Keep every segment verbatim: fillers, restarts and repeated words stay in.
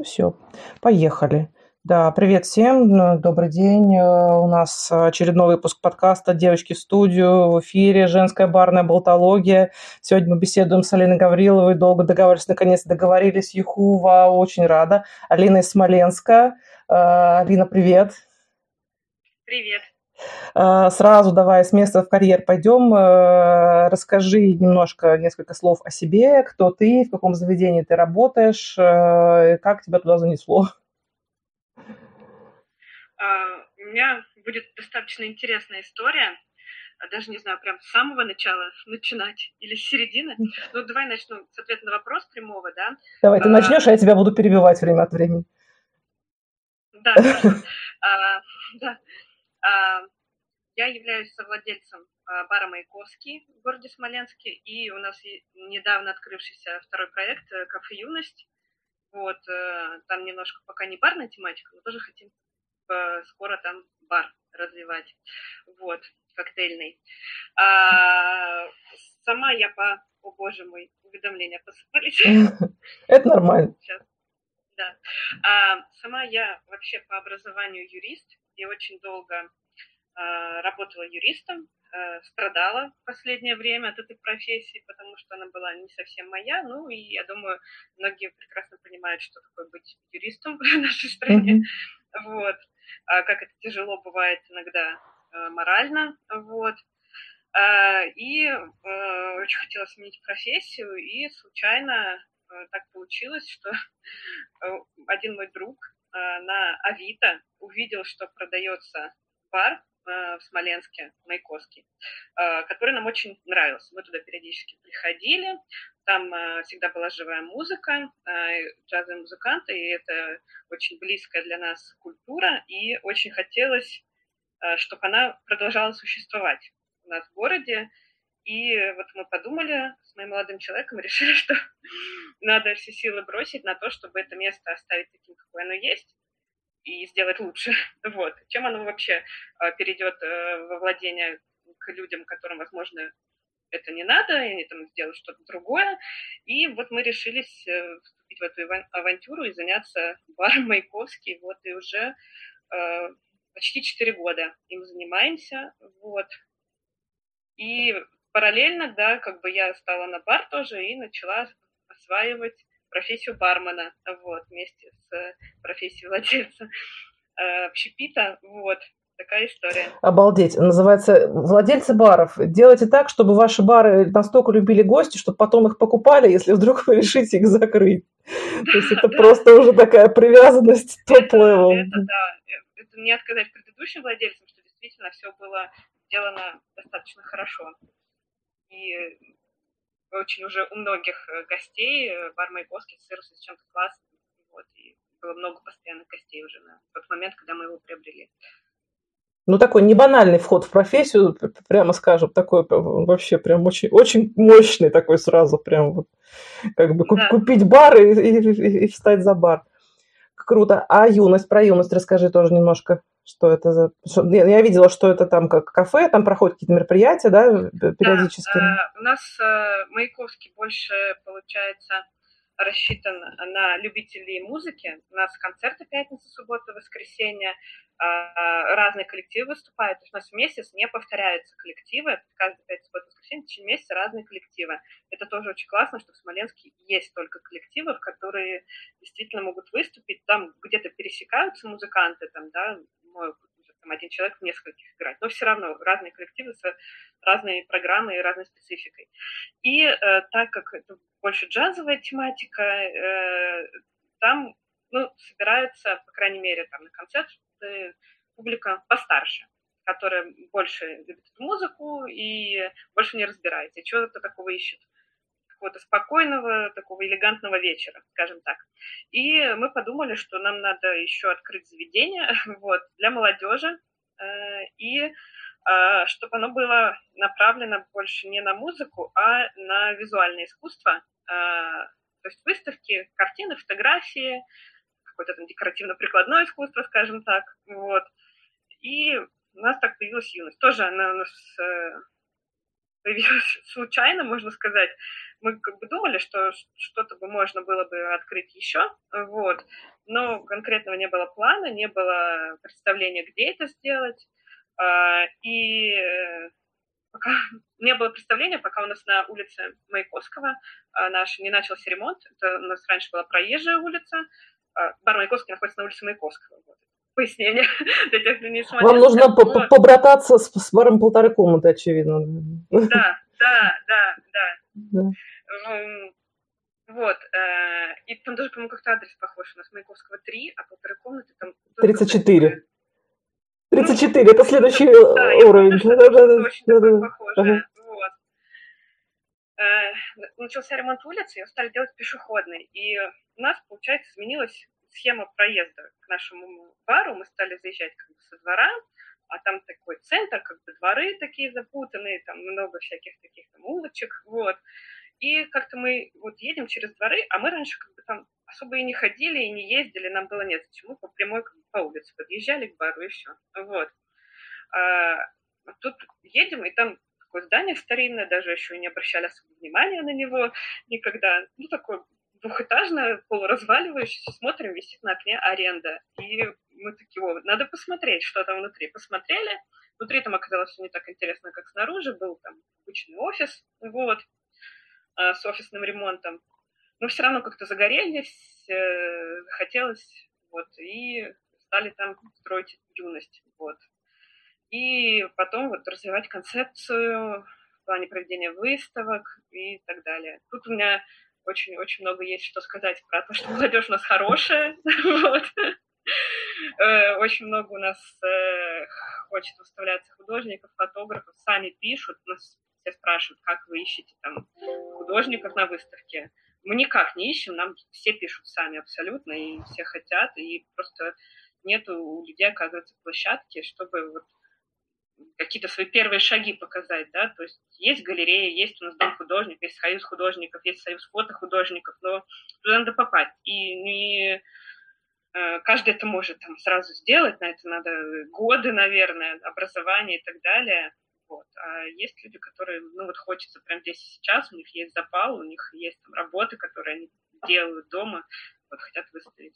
Все, поехали. Да, привет всем, н добрый день. Э, у нас очередной выпуск подкаста "Девочки в студию". В эфире женская барная болтология. Сегодня мы беседуем с Алиной Гавриловой. Долго договаривались, наконец договорились. Юху, вау, очень рада. Алина из Смоленска. Э, Алина, привет. Привет. Э, Сразу давай с места в карьер пойдем. Э, Расскажи немножко, несколько слов о себе. Кто ты, в каком заведении ты работаешь, э, как тебя туда занесло? А, У меня будет достаточно интересная история. А, Даже не знаю, прям с самого начала начинать или с середины. Ну, давай начну с ответа на вопрос прямого, да. Давай, ты А, начнешь, а я тебя буду перебивать время от времени. Да, хорошо. А, Да. А, Я являюсь совладельцем а, бара «Маяковский» в городе Смоленске, и у нас е- недавно открывшийся второй проект э, «Кафе Юность». Вот, э, там немножко пока не барная тематика, но тоже хотим э, скоро там бар развивать. Вот, коктейльный. А, Сама я по... О, боже мой, уведомления посыпались. Это нормально. Сейчас, да. А, сама я вообще по образованию юрист и очень долго а, работала юристом, а, страдала в последнее время от этой профессии, потому что она была не совсем моя. Ну и я думаю, многие прекрасно понимают, что такое быть юристом в нашей стране. Мгм. Вот. А, как это тяжело бывает иногда а, морально. Вот. А, И э, очень хотела сменить профессию, и случайно э, так получилось, что э, один мой друг э, на Авито увидел, что продается бар э, в Смоленске, Маяковский, э, который нам очень нравился. Мы туда периодически приходили, там э, всегда была живая музыка, э, джазовые музыканты, и это очень близкая для нас культура, и очень хотелось, э, чтобы она продолжала существовать у нас в городе. И вот мы подумали с моим молодым человеком, решили, что надо все силы бросить на то, чтобы это место оставить таким, какое оно есть, и сделать лучше. Вот. Чем оно вообще э, перейдет э, во владение к людям, которым, возможно, это не надо, и они там сделают что-то другое. И вот мы решились э, вступить в эту авантюру и заняться баром Маяковский. Вот и уже э, почти четыре года им занимаемся. Вот. И параллельно, да, как бы я стала на бар тоже и начала осваивать профессию бармена, вот, вместе с профессией владельца э, общепита, вот, такая история. Обалдеть. Называется «Владельцы баров». Делайте так, чтобы ваши бары настолько любили гости, чтобы потом их покупали, если вдруг вы решите их закрыть. То есть Да, это да, просто уже такая привязанность это, топ-левел. это, да, э, это не отказать предыдущим владельцам, что действительно все было сделано достаточно хорошо. И очень уже у многих э, гостей э, бар Маяковский ассоциировался с чем-то классным, вот, и было много постоянных гостей уже на тот момент, когда мы его приобрели. Ну, такой не банальный вход в профессию, прямо скажем, такой вообще прям очень, очень мощный такой сразу, прям вот как бы Да, купить бар и, и, и встать за бар. Круто. А юность, про юность расскажи тоже немножко, что это за... Я, я видела, что это там как кафе, там проходят какие-то мероприятия, да, да, периодически. э, у нас э, Маяковский больше, получается, рассчитан на любителей музыки. У нас концерты пятница, суббота, воскресенье. А, разные коллективы выступают. То есть у нас в месяц не повторяются коллективы. Каждый пятница, суббота, воскресенье, в течение месяца разные коллективы. Это тоже очень классно, что в Смоленске есть столько коллективов, которые действительно могут выступить. Там где-то пересекаются музыканты, там, да, могут там один человек в нескольких играть. Но все равно разные коллективы с разной программой и разной спецификой. И э, так как это больше джазовая тематика, э, там ну, собирается, по крайней мере, там на концерт э, публика постарше, которая больше любит эту музыку и больше не разбирается, и чего-то такого ищет, какого-то спокойного, такого элегантного вечера, скажем так. И мы подумали, что нам надо еще открыть заведение вот, для молодежи, э, и чтобы оно было направлено больше не на музыку, а на визуальное искусство. То есть выставки, картины, фотографии, какое-то там декоративно-прикладное искусство, скажем так. Вот. И у нас так появилась юность. Тоже она у нас появилась случайно, можно сказать. Мы как бы думали, что что-то бы можно было бы открыть еще. Вот. но конкретного не было плана, не было представления, где это сделать. И пока не было представления, пока у нас на улице Маяковского наш не начался ремонт. Это у нас раньше была проезжая улица. Бар Маяковский находится на улице Маяковского. Вот. Пояснение для тех, кто не смотрел. Вам нужно но... побрататься с, с баром полторы комнаты, очевидно. Да, да, да, да. да. Вот. И там даже, по-моему, как-то адрес похож. У нас Маяковского три, а полторы комнаты там... тридцать четыре. тридцать четыре, ну, это следующий да, уровень. Да, да, да, да, очень да, такое да, похожее. Ага. Вот. Начался ремонт улицы, ее стали делать пешеходной. И у нас, получается, изменилась схема проезда к нашему бару. Мы стали заезжать как бы со двора, а там такой центр, как бы дворы такие запутанные, там много всяких таких там улочек, вот. И как-то мы вот едем через дворы, а мы раньше как бы там особо и не ходили, и не ездили, нам было нет зачем, мы по прямой как бы, по улице подъезжали к бару, и все, вот. А, а тут едем, и там такое здание старинное, даже еще не обращали особо внимания на него никогда, ну, такое двухэтажное, полуразваливающееся, смотрим, висит на окне аренда, и мы такие, о, надо посмотреть, что там внутри. Посмотрели, внутри там оказалось все не так интересно, как снаружи, был там обычный офис, вот, с офисным ремонтом, но все равно как-то загорелись, э, захотелось, вот, и стали там строить юность, вот. И потом вот развивать концепцию в плане проведения выставок и так далее. Тут у меня очень-очень много есть что сказать про то, что молодежь у нас хорошая, вот. Очень много у нас хочет выставляться художников, фотографов, сами пишут, нас все спрашивают, как вы ищете там художников на выставке. Мы никак не ищем, нам все пишут сами абсолютно, и все хотят, и просто нету у людей, оказывается, площадки, чтобы вот какие-то свои первые шаги показать, да, то есть есть галерея, есть у нас дом художников, есть союз художников, есть союз фотохудожников, но туда надо попасть, и не каждый это может там сразу сделать, на это надо годы, наверное, образование и так далее. Вот. А есть люди, которые, ну вот хочется прямо здесь и сейчас, у них есть запал, у них есть там работы, которые они делают дома, вот хотят выставить.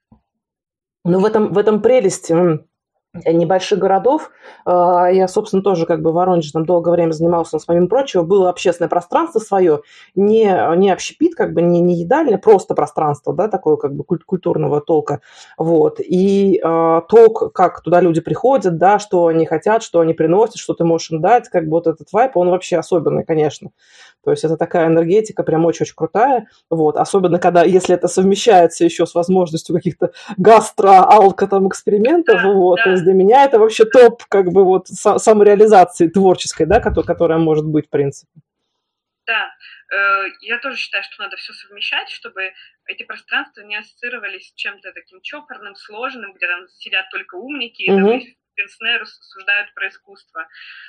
Ну в этом, в этом прелесть небольших городов. Я, собственно, тоже как бы в Воронеже там долгое время занимался, помимо прочего, было общественное пространство свое, не, не общепит, как бы не, не едальня, просто пространство, да, такое как бы культурного толка, вот, и э, то, как туда люди приходят, да, что они хотят, что они приносят, что ты можешь им дать, как бы вот этот вайб, он вообще особенный, конечно. То есть это такая энергетика прям очень-очень крутая, вот, особенно когда, если это совмещается еще с возможностью каких-то гастро-алко там экспериментов, да, вот, да. То есть для меня это вообще топ, как бы вот самореализации творческой, да, которая, которая может быть, в принципе. Да, э, я тоже считаю, что надо все совмещать, чтобы эти пространства не ассоциировались с чем-то таким чопорным, сложным, где там сидят только умники, mm-hmm. и там и пенсне рассуждают про искусство.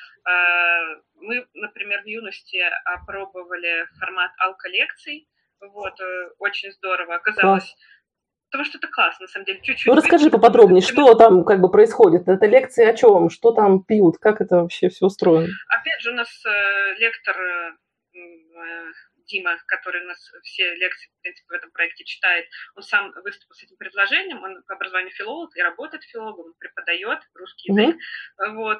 Мы, например, в юности опробовали формат ал-коллекций, вот, очень здорово оказалось, Класс. Потому что это классно, на самом деле, чуть-чуть. Ну, расскажи поподробнее, что там как бы происходит, это лекции о чем, что там пьют, как это вообще все устроено? Опять же, у нас э, лектор э, Дима, который у нас все лекции, в принципе, в этом проекте читает, он сам выступил с этим предложением, он по образованию филолог и работает филологом, он преподает русский язык, mm-hmm. вот.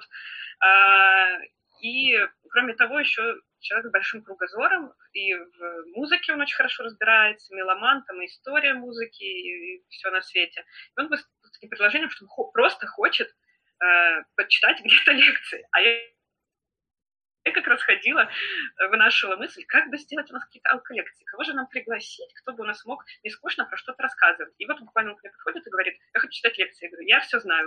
И, кроме того, еще человек с большим кругозором, и в музыке он очень хорошо разбирается, меломан, там и история музыки, и все на свете. И он выступил с таким предложением, что он просто хочет э, почитать где-то лекции. А я Я как раз ходила, вынашивала мысль, как бы сделать у нас какие-то ал-коллекции, кого же нам пригласить, кто бы у нас мог не скучно про что-то рассказывать. И вот буквально он ко мне подходит и говорит, я хочу читать лекции. Я говорю, я все знаю.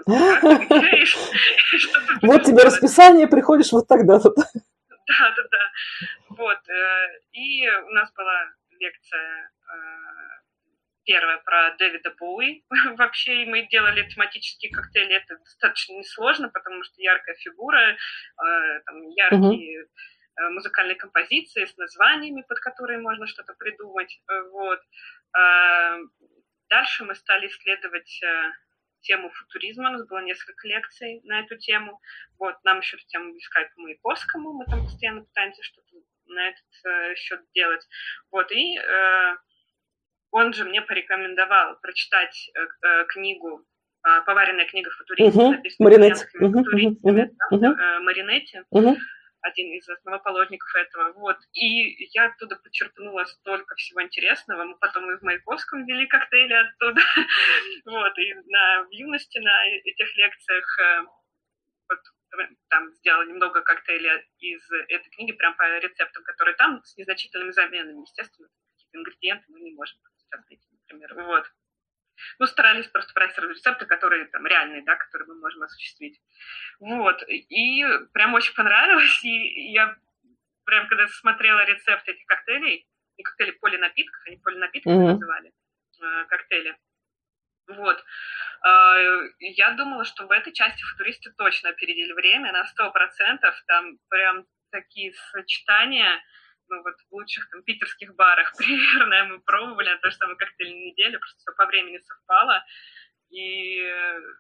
Вот тебе расписание, приходишь вот тогда-то. Да, да, да. Вот. И у нас была лекция первая про Дэвида Боуи. Вообще мы делали тематические коктейли. Это достаточно несложно, потому что яркая фигура, там, яркие uh-huh. музыкальные композиции с названиями, под которые можно что-то придумать. Вот. Дальше мы стали исследовать тему футуризма. У нас было несколько лекций на эту тему. Вот. Нам еще эту тему близка по Маяковскому. Мы там постоянно пытаемся что-то на этот счет делать. Вот. И он же мне порекомендовал прочитать э, книгу «Поваренная книга футуристов», угу. написанная итальянскими Угу. футуристами, Угу. да, Маринетти, Угу. один из основоположников этого. Вот. И я оттуда почерпнула столько всего интересного. Мы потом и в Маяковском вели коктейли оттуда. Вот. И на, в юности на этих лекциях вот, там сделала немного коктейлей из этой книги, прям по рецептам, которые там, с незначительными заменами. Естественно, какие-то ингредиенты мы не можем сейчас найти, например. Вот. Ну, старались просто брать рецепты, которые там реальные, да, которые мы можем осуществить. Вот. И прям очень понравилось. И я прям, когда смотрела рецепт этих коктейлей, не коктейли, полинапитков, они полинапитки mm-hmm. называли, э, коктейли. Вот. Э, я думала, что в этой части футуристы точно опередили время на сто процентов. Там прям такие сочетания, ну вот в лучших там питерских барах примерно мы пробовали на той же самой коктейльной неделе, просто все по времени совпало. И,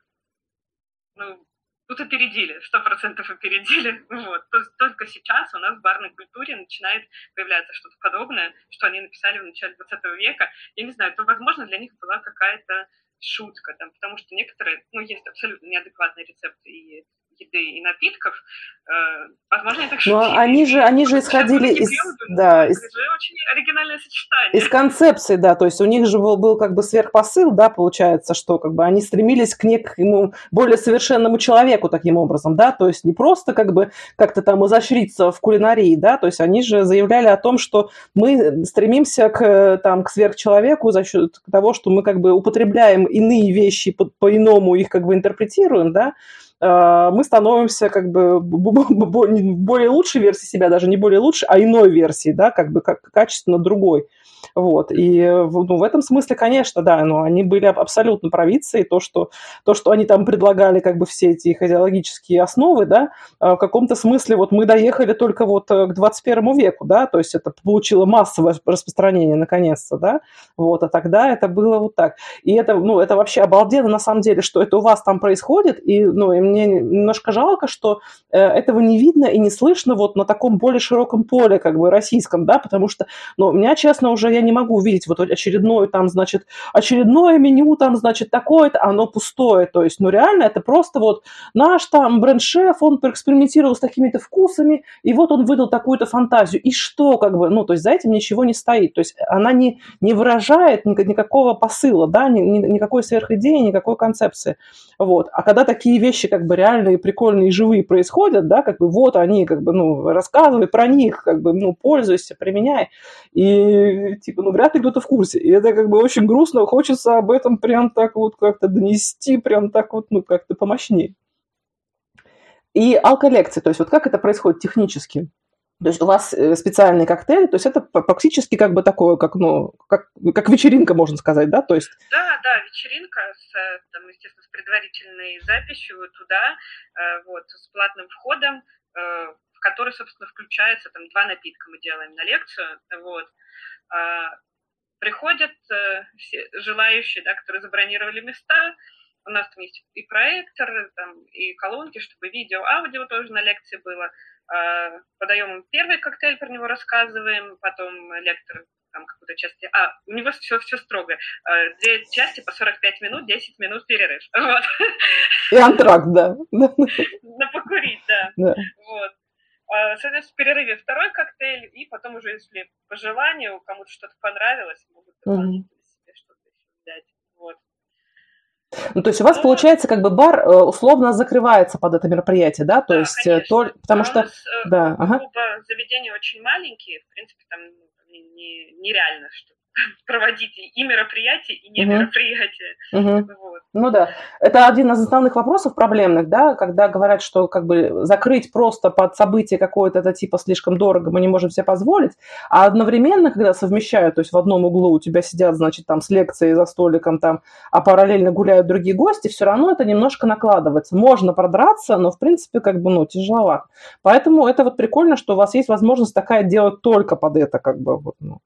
ну, тут опередили, сто процентов опередили. Вот. Только сейчас у нас в барной культуре начинает появляться что-то подобное, что они написали в начале двадцатого века. Я не знаю, то, возможно, для них была какая-то шутка, там, потому что некоторые, ну, есть абсолютно неадекватные рецепты и еды, и напитков. Э, возможно, это шутили. Но они же, они же исходили из... Да, из... Это же очень оригинальное сочетание. Из концепции, да, то есть у них же был, был как бы сверхпосыл, да, получается, что как бы они стремились к некому более совершенному человеку таким образом, да, то есть не просто как бы как-то там изощриться в кулинарии, да, то есть они же заявляли о том, что мы стремимся к, там, к сверхчеловеку за счет того, что мы как бы употребляем иные вещи, по- по-иному их как бы интерпретируем, да, мы становимся как бы более лучшей версией себя, даже не более лучшей, а иной версией, да, как бы как качественно другой. Вот. И ну, в этом смысле, конечно, да, но они были абсолютно провидцы, и то, что, то, что они там предлагали, как бы все эти их идеологические основы, да, в каком-то смысле вот мы доехали только вот к двадцать первому веку, да, то есть это получило массовое распространение наконец-то, да, вот, а тогда это было вот так. И это, ну, это вообще обалденно на самом деле, что это у вас там происходит, и, ну, и мне немножко жалко, что э, этого не видно и не слышно вот на таком более широком поле, как бы, российском, да, потому что, ну, у меня, честно, уже я не могу увидеть вот очередное там, значит, очередное меню там, значит, такое-то, оно пустое, то есть, ну, реально, это просто вот наш там бренд-шеф, он поэкспериментировал с такими-то вкусами, и вот он выдал такую-то фантазию, и что, как бы, ну, то есть за этим ничего не стоит, то есть она не, не выражает никакого посыла, да, ни, ни, никакой сверхидеи, никакой концепции, вот, а когда такие вещи, как бы, реальные, прикольные, живые происходят, да, как бы, вот они, как бы, ну, рассказывай про них, как бы, ну, пользуйся, применяй, и, типа, ну, вряд ли кто-то в курсе. И это как бы очень грустно, хочется об этом прям так вот как-то донести, прям так вот, ну, как-то помощнее. И алколекции, то есть вот как это происходит технически? То есть у вас специальный коктейль, то есть это практически как бы такое, как, ну, как, как вечеринка, можно сказать, да? То есть... Да, да, вечеринка, с, там, естественно, с предварительной записью туда, вот, с платным входом, в который, собственно, включается там два напитка мы делаем на лекцию, вот. Приходят все желающие, да, которые забронировали места. У нас там есть и проектор, там, и колонки, чтобы видео, аудио тоже на лекции было. Подаем им первый коктейль, про него рассказываем, потом лектор там какую-то часть... А, у него все, все строго. Две части по сорок пять минут, десять минут перерыв. Вот. И антракт, да. На покурить, да. да. Вот. Соответственно, в перерыве второй коктейль, и потом уже, если по желанию кому-то что-то понравилось, могут дополнительно mm-hmm. себе что-то еще взять. Вот. Ну, то есть у вас, ну, получается, как бы бар условно закрывается под это мероприятие, да? То да, есть, конечно. То, потому а что... У нас да, ага. Оба заведения очень маленькие, в принципе, там не, нереально, что проводить и мероприятия, и не uh-huh. мероприятия. Uh-huh. Вот. Ну да, это один из основных вопросов проблемных, да, когда говорят, что как бы закрыть просто под событие какое-то, это типа слишком дорого, мы не можем себе позволить, а одновременно, когда совмещают, то есть в одном углу у тебя сидят, значит, там с лекцией за столиком, там, а параллельно гуляют другие гости, все равно это немножко накладывается. Можно продраться, но в принципе как бы, ну, тяжеловато. Поэтому это вот прикольно, что у вас есть возможность такая делать только под это, как бы, вот, ну.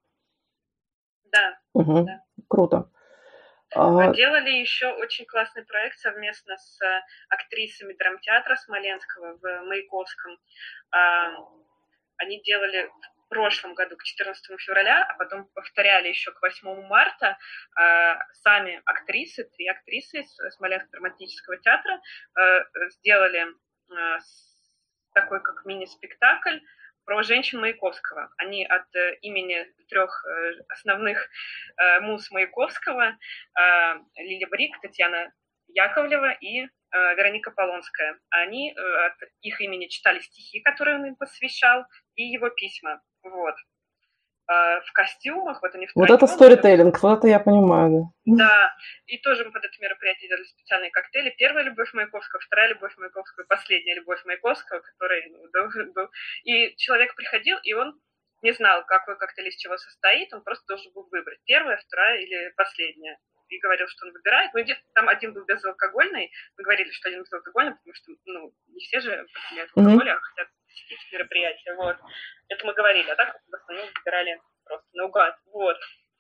Да, угу. да. Круто. Мы делали еще очень классный проект совместно с актрисами драмтеатра Смоленского в Маяковском. Они делали прошлом году, к четырнадцатому февраля, а потом повторяли еще к восьмому марта, э, сами актрисы, три актрисы из Смоленского драматического театра э, сделали э, такой как мини-спектакль про женщин Маяковского. Они от э, имени трех э, основных э, муз Маяковского, э, Лилия Брик, Татьяна Яковлева и э, Вероника Полонская. Они э, от их имени читали стихи, которые он им посвящал, и его письма. Вот. Э, в костюмах, вот они втроем. Вот это сторителлинг, вот это я понимаю. Да. Да, и тоже мы под это мероприятие делали специальные коктейли. Первая любовь Маяковского, вторая любовь Маяковского, последняя любовь Маяковского, который ну, должен был. И человек приходил, и он не знал, какой коктейль из чего состоит, он просто должен был выбрать, первая, вторая или последняя. И говорил, что он выбирает. Ну, там один был безалкогольный. Мы говорили, что один безалкогольный, потому что, ну, не все же потребляют алкоголь, mm-hmm. а хотят посетить мероприятие. Вот. Это мы говорили. А так в основном выбирали просто наугад. Вот.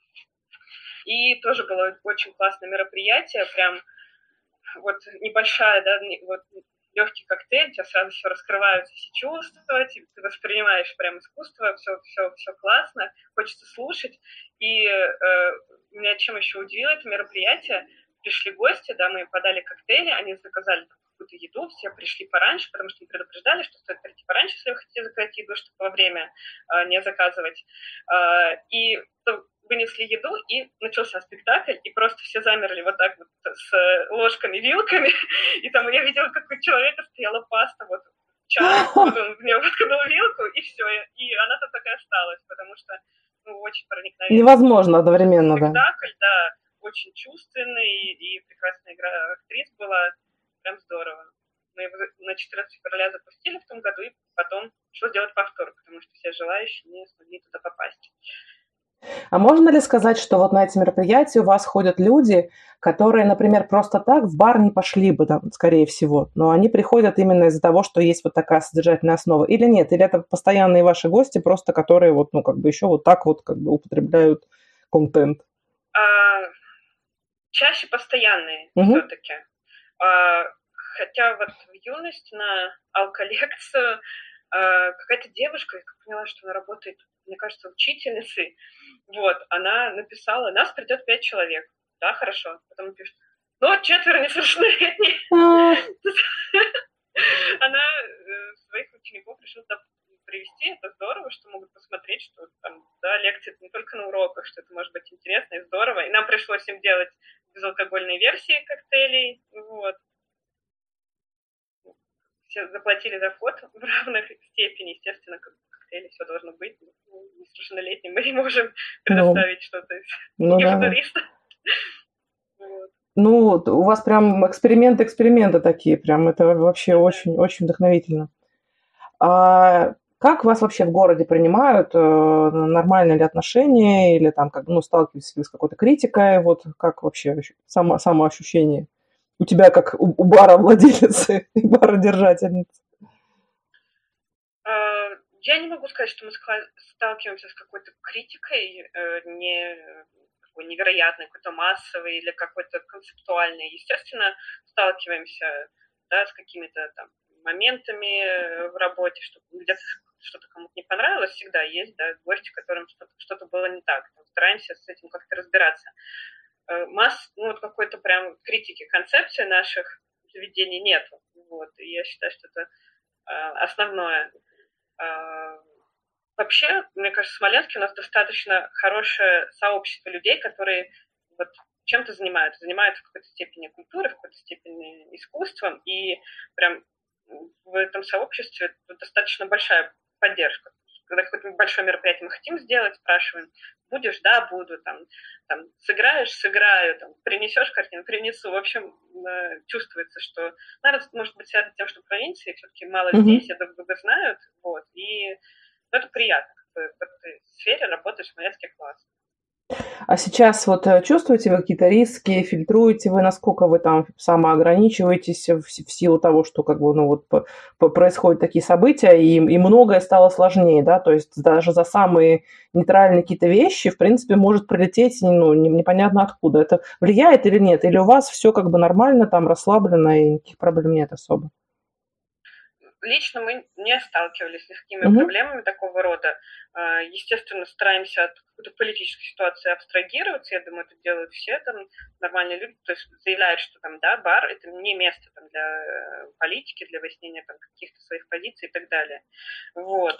И тоже было очень классное мероприятие. Прям вот небольшая, да, вот легкий коктейль, у тебя сразу все раскрываются, все чувства, ты воспринимаешь прям искусство, все, все, все классно, хочется слушать. И э, меня чем еще удивило это мероприятие, пришли гости, да, мы подали коктейли, они заказали какую-то еду, все пришли пораньше, потому что мы предупреждали, что стоит прийти пораньше, если вы хотите заказать еду, чтобы во время э, не заказывать. Э, и вынесли еду, и начался спектакль, и просто все замерли вот так вот с ложками, вилками, и там я видела, как у человека стояла паста, вот час, вот он в нее воткнул вилку, и все, и она там так и осталась, потому что, ну, очень проникновенный. Невозможно одновременно, спектакль, да. Спектакль, да, очень чувственный, и прекрасная игра актрис была, прям здорово. Мы его на четырнадцатого февраля запустили в том году, и потом пришлось делать повтор, потому что все желающие не смогли туда попасть. А можно ли сказать, что вот на эти мероприятия у вас ходят люди, которые, например, просто так в бар не пошли бы, да, скорее всего, но они приходят именно из-за того, что есть вот такая содержательная основа, или нет? Или это постоянные ваши гости, просто которые вот, ну, как бы еще вот так вот как бы употребляют контент? А, чаще постоянные угу. все-таки. А, хотя вот в юность на алколекцию а, какая-то девушка, я поняла, что она работает, мне кажется, учительницей, вот, она написала, нас придет пять человек, да, хорошо, потом пишет, ну, четверо несовершеннолетние. Она своих учеников решила привести, это здорово, что могут посмотреть, что там, да, лекции не только на уроках, что это может быть интересно и здорово, и нам пришлось им делать безалкогольные версии коктейлей, вот. Все заплатили за вход в равной степени, естественно, как коктейли, все должно быть. Ну, несовершеннолетним мы не можем предоставить ну, что-то из ну, южнуриста. Да. Вот. Ну, у вас прям эксперименты-эксперименты такие, прям это вообще очень-очень да. вдохновительно. А как вас вообще в городе принимают? Нормальные ли отношения? Или там, как, ну, сталкиваетесь ли с какой-то критикой? Вот как вообще само, самоощущение? У тебя как у, у бара владелицы и бародержательницы? Я не могу сказать, что мы сталкиваемся с какой-то критикой не, такой невероятной, какой-то массовой или какой-то концептуальной. Естественно, сталкиваемся, да, с какими-то там моментами в работе, что где-то что-то кому-то не понравилось, всегда есть, да, гости, которым что-то, что-то было не так. Стараемся с этим как-то разбираться. Масс, ну, вот какой-то прям критики концепции наших заведений нет. Вот. И я считаю, что это э, основное. Э, вообще, мне кажется, в Смоленске у нас достаточно хорошее сообщество людей, которые вот чем-то занимаются. Занимаются в какой-то степени культурой, в какой-то степени искусством. И прям в этом сообществе достаточно большая поддержка. Когда какое-то большое мероприятие мы хотим сделать, спрашиваем, будешь? Да, буду. Там, там, сыграешь? Сыграю. Там, принесешь картину? Принесу. В общем, чувствуется, что, наверное, может быть, связано с тем, что в провинции все-таки мало людей все друг друга знают. Вот, и ну, это приятно. В этой сфере работаешь в Смоленске класс. А сейчас вот чувствуете вы какие-то риски, фильтруете вы, насколько вы там самоограничиваетесь в, в силу того, что как бы, ну, вот, по, по, происходят такие события, и, и многое стало сложнее, да, то есть даже за самые нейтральные какие-то вещи, в принципе, может прилететь, ну, непонятно откуда. Это влияет или нет? Или у вас все как бы нормально, там, расслаблено, и никаких проблем нет особо? лично мы не сталкивались ни с какими Мгм. проблемами такого рода. А, Естественно, стараемся от какой-то политической ситуации абстрагироваться. Я думаю, это делают все там нормальные люди. То есть заявляют, что там, да, бар — это не место там для э, политики, для выяснения там каких-то своих позиций и так далее. Вот.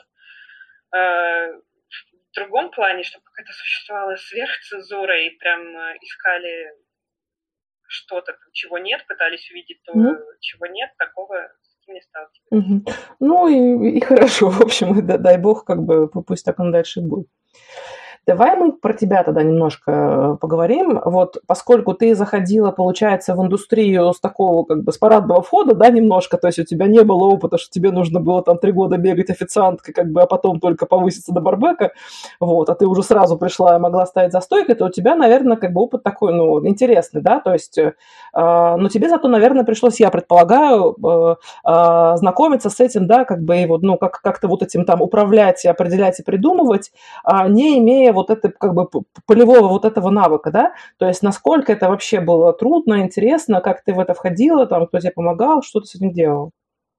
А, В другом плане, чтобы какая-то существовала сверхцензура и прям э, искали что-то, чего нет, пытались увидеть то, Мгм. чего нет, такого с этим не сталкивались. Мгм. Ну и, и хорошо, в общем, и да- дай бог, как бы пу- пусть так оно дальше и будет. Давай мы про тебя тогда немножко э, поговорим. Вот поскольку ты заходила, получается, в индустрию с такого как бы с парадного входа, да, немножко, то есть у тебя не было опыта, что тебе нужно было там три года бегать официанткой, как бы, а потом только повыситься до барбека, вот, а ты уже сразу пришла и могла стоять за стойкой, то у тебя, наверное, как бы опыт такой, ну, интересный, да, то есть, э, но тебе зато, наверное, пришлось, я предполагаю, э, э, знакомиться с этим, да, как бы, и вот, ну, как, как-то вот этим там управлять, определять и придумывать, а, не имея вот это как бы полевого вот этого навыка, да, то есть насколько это вообще было трудно, интересно, как ты в это входила, там, кто тебе помогал, что ты с этим делал?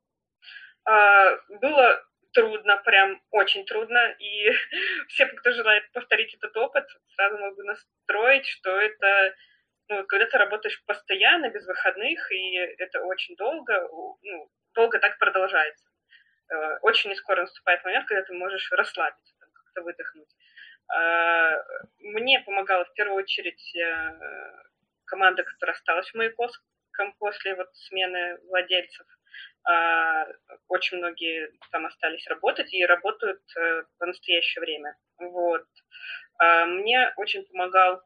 А, Было трудно, прям очень трудно, и все, кто желает повторить этот опыт, сразу могу настроить, что это, ну, когда ты работаешь постоянно, без выходных, и это очень долго, ну, долго так продолжается. Э, Очень не скоро наступает момент, когда ты можешь расслабиться, там, как-то выдохнуть. А, Мне помогала в первую очередь э, команда, которая осталась в Маяковском после вот смены владельцев. А, Очень многие там остались работать и работают э, в настоящее время. Вот. А, Мне очень помогал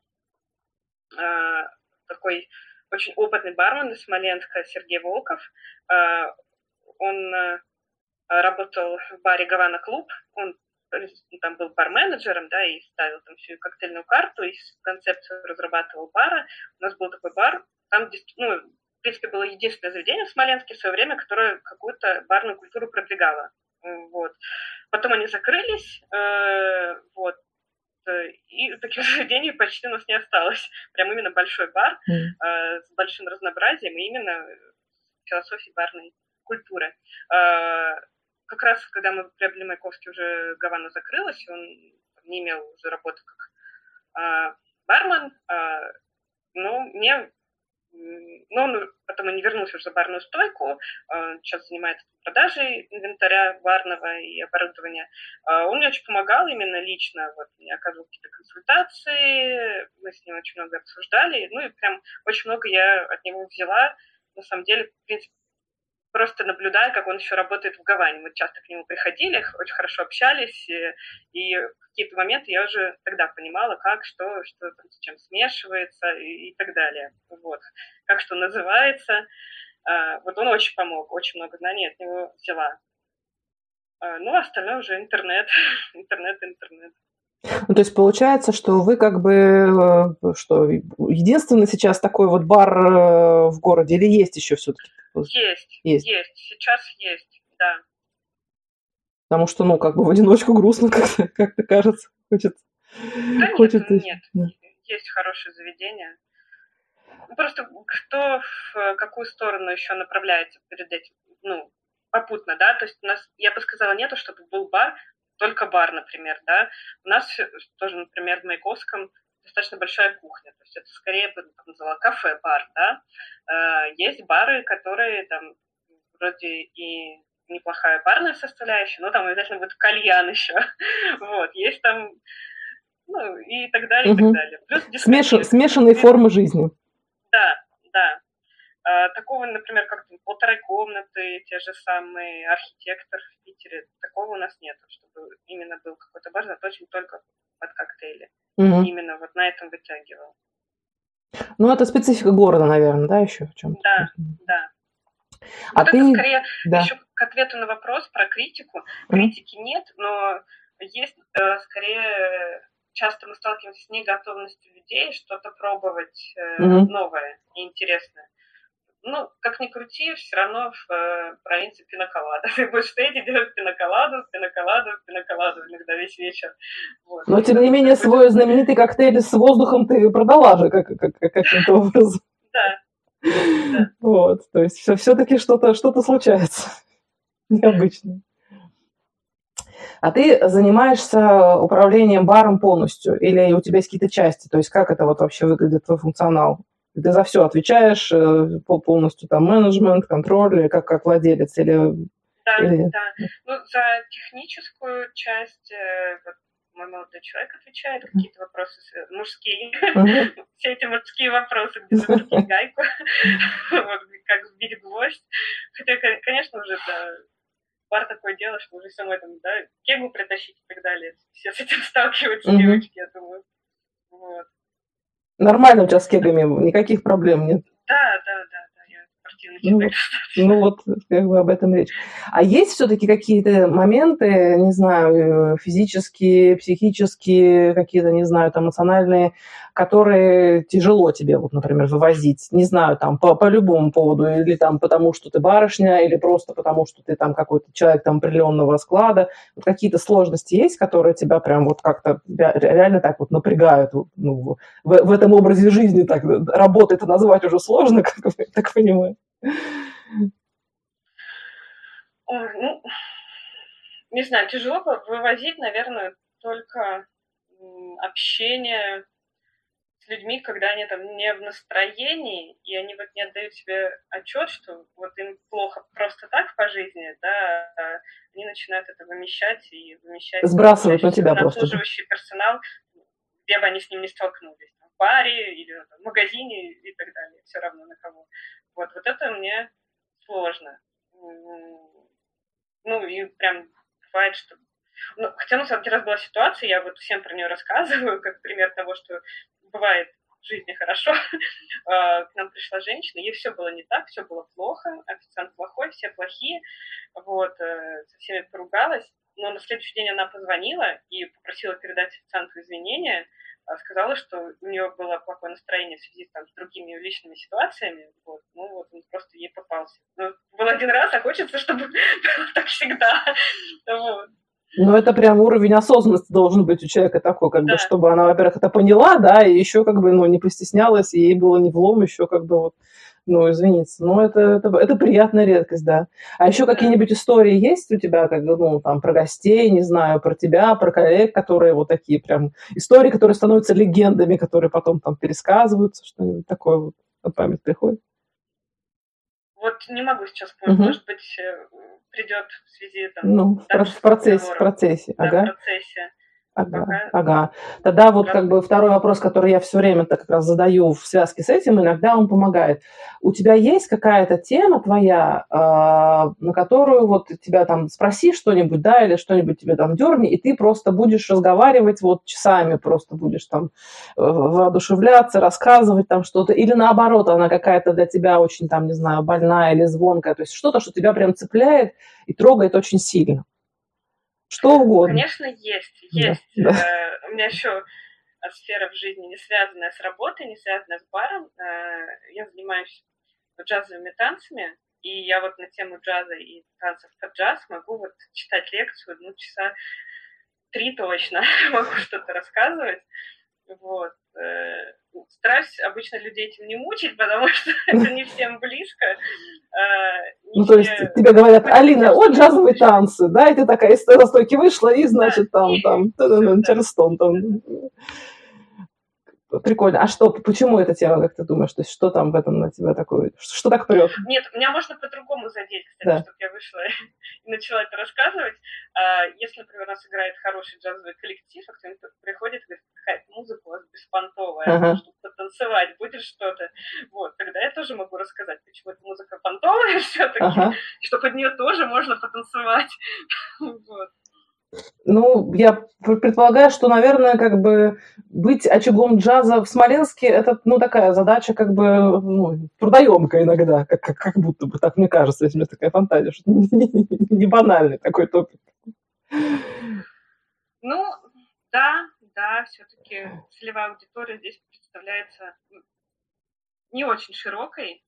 а, такой очень опытный бармен из Смоленска Сергей Волков. А, Он э, работал в баре «Гавана Клуб». Он там был бар-менеджером, да, и ставил там всю коктейльную карту, и концепцию разрабатывал бара. У нас был такой бар, там, ну, в принципе, было единственное заведение в Смоленске в свое время, которое какую-то барную культуру продвигало. Вот. Потом они закрылись, э, вот, и таких заведений почти у нас не осталось. Прям именно большой бар Mm. э, с большим разнообразием и именно философией барной культуры. Э, как раз, когда мы приобрели Маяковский, уже Гавана закрылась, он не имел уже работы как э, бармен, э, но мне но он потом и не вернулся уже за барную стойку, сейчас занимается продажей инвентаря барного и оборудования. Он мне очень помогал именно лично, вот, мне оказывал какие-то консультации, мы с ним очень много обсуждали, ну и прям очень много я от него взяла, на самом деле, в принципе, просто наблюдая, как он еще работает в Гаване. Мы часто к нему приходили, очень хорошо общались, и, и в какие-то моменты я уже тогда понимала, как, что, что там с чем смешивается и, и так далее. Вот. Как что называется. А, вот он очень помог, очень много знаний от него взяла. А, ну, остальное уже интернет, интернет, интернет. Ну, то есть получается, что вы как бы, что единственный сейчас такой вот бар э, в городе или есть еще все-таки? Есть, Есть. есть, сейчас есть, да. Потому что, ну, как бы в одиночку грустно, как-то, как-то кажется. Хочется. Да Хочется. нет, нет, да. Есть хорошие заведения. Просто кто в какую сторону еще направляется перед этим, ну, попутно, да, то есть у нас, я бы сказала, нету, чтобы был бар, только бар, например, да. У нас тоже, например, в Маяковском достаточно большая кухня, то есть это скорее бы назвала кафе-бар, да. Есть бары, которые там вроде и неплохая барная составляющая, но там обязательно будет кальян еще, вот, есть там, ну, и так далее, и так далее. Плюс Смешан, смешанные формы жизни. Да, да. А, такого, например, как полторы комнаты, те же самые архитектор в Питере, такого у нас нет, чтобы именно был какой-то бар, заточен только под коктейли. Угу. Именно вот на этом вытягивал. Ну, это специфика города, наверное, да, еще в чем-то? Да, да. А вот ты... это скорее да. еще к ответу на вопрос про критику. Критики mm-hmm. нет, но есть э, скорее... Часто мы сталкиваемся с неготовностью людей что-то пробовать э, mm-hmm. новое и интересное. Ну, как ни крути, все равно в э, провинции пинаколада. Ты будешь стоять и делать пинаколаду, пинаколаду, пинаколаду иногда весь вечер. Вот. Но, тем не менее, свой знаменитый коктейль с воздухом ты продала же как, как, как, каким-то образом. Да. да. Вот, то есть все, все-таки что-то, что-то случается. необычно. А ты занимаешься управлением баром полностью? Или у тебя есть какие-то части? То есть как это вот вообще выглядит, твой функционал? Ты за все отвечаешь, полностью там менеджмент, контроль, или как, как владелец? Или, Да, или... да. Ну, за техническую часть вот, мой молодой человек отвечает, какие-то вопросы мужские. Uh-huh. Все эти мужские вопросы, где закрутить гайку, вот, как сбить гвоздь. Хотя, конечно, уже да, бар такое дело, что уже самой там, да, кегу притащить и так далее. Все с этим сталкиваются, uh-huh. девочки, я думаю. Вот. Нормально у тебя с кегами, никаких проблем нет? Да, да, да. Ну вот, ну вот, как бы об этом речь. А есть все-таки какие-то моменты, не знаю, физические, психические, какие-то, не знаю, там, эмоциональные, которые тяжело тебе, вот, например, вывозить, не знаю, там, по, по любому поводу, или там потому, что ты барышня, или просто потому, что ты там какой-то человек там определенного склада. Вот какие-то сложности есть, которые тебя прям вот как-то реально так вот напрягают, ну, в, в этом образе жизни так работы это назвать уже сложно, как бы, так понимаю. Ой, ну, не знаю, тяжело вывозить, наверное, только общение с людьми, когда они там не в настроении, и они вот не отдают себе отчет, что вот им плохо просто так по жизни, да, а они начинают это вымещать и вымещать сбрасывать на тебя на просто. обслуживающий персонал, где бы они с ним не столкнулись, там, в баре или там, в магазине и так далее, все равно на кого. Вот, вот это мне сложно. Ну, и прям бывает, что... Ну, хотя, ну, один раз была ситуация, я вот всем про нее рассказываю, как пример того, что бывает в жизни хорошо. К нам пришла женщина, ей все было не так, все было плохо, официант плохой, все плохие, вот, со всеми поругалась, но на следующий день она позвонила и попросила передать официанту извинения, сказала, что у нее было плохое настроение в связи там, с другими личными ситуациями, вот, ну вот он просто ей попался. Ну, был один раз, а хочется, чтобы было так всегда. Вот. Ну, это прям уровень осознанности должен быть у человека такой, как да. бы, чтобы она, во-первых, это поняла, да, и еще как бы, ну, не постеснялась, и ей было не влом еще как бы вот, ну, извиниться. Ну, это, это, это приятная редкость, да. А еще да. какие-нибудь истории есть у тебя, как бы, ну, там, про гостей, не знаю, про тебя, про коллег, которые вот такие прям истории, которые становятся легендами, которые потом там пересказываются, что-нибудь такое вот на память приходит? Вот не могу сейчас помнить, угу. Может быть, придет в связи там... Ну, да, в, в процессе, в процессе, да, ага. в процессе. Ага, Пока... ага. Тогда вот как бы второй вопрос, который я все время так как раз задаю в связке с этим, иногда он помогает. У тебя есть какая-то тема твоя, э, на которую вот тебя там спроси что-нибудь, да, или что-нибудь тебе там дерни, и ты просто будешь разговаривать вот часами, просто будешь там э, воодушевляться, рассказывать там что-то, или наоборот, она какая-то для тебя очень там, не знаю, больная или звонкая, то есть что-то, что тебя прям цепляет и трогает очень сильно. Что угодно. Конечно, есть. Есть. Да, да. У меня еще сфера в жизни, не связанная с работой, не связанная с баром. Я занимаюсь джазовыми танцами, и я вот на тему джаза и танцев под джаз могу вот читать лекцию, ну, часа три точно могу что-то рассказывать. Вот. Стараюсь обычно людей этим не мучить, потому что это не всем близко. Ну, то есть тебе говорят, Алина, вот джазовые танцы, да, и ты такая из той стойки вышла, и, значит, там, там, Чарльстон, там. Прикольно. А что, почему эта тема, как ты думаешь? То есть что там в этом на тебя такое? Что, что так прет? Нет, меня можно по-другому задеть, кстати, да. Чтобы я вышла и начала это рассказывать. Если, например, у нас играет хороший джазовый коллектив, а кто-нибудь приходит и говорит, какая-то музыка у вас беспонтовая, ага. Чтобы потанцевать, будет что-то. Вот, тогда я тоже могу рассказать, почему эта музыка понтовая все-таки, ага. И что под нее тоже можно потанцевать. Вот. Ну, я предполагаю, что, наверное, как бы быть очагом джаза в Смоленске, это, ну, такая задача, как бы, ну, трудоемкая иногда, как, как, как будто бы, так мне кажется, если у меня такая фантазия, что не, не, не банальный такой топик. Ну, да, да, все-таки целевая аудитория здесь представляется не очень широкой.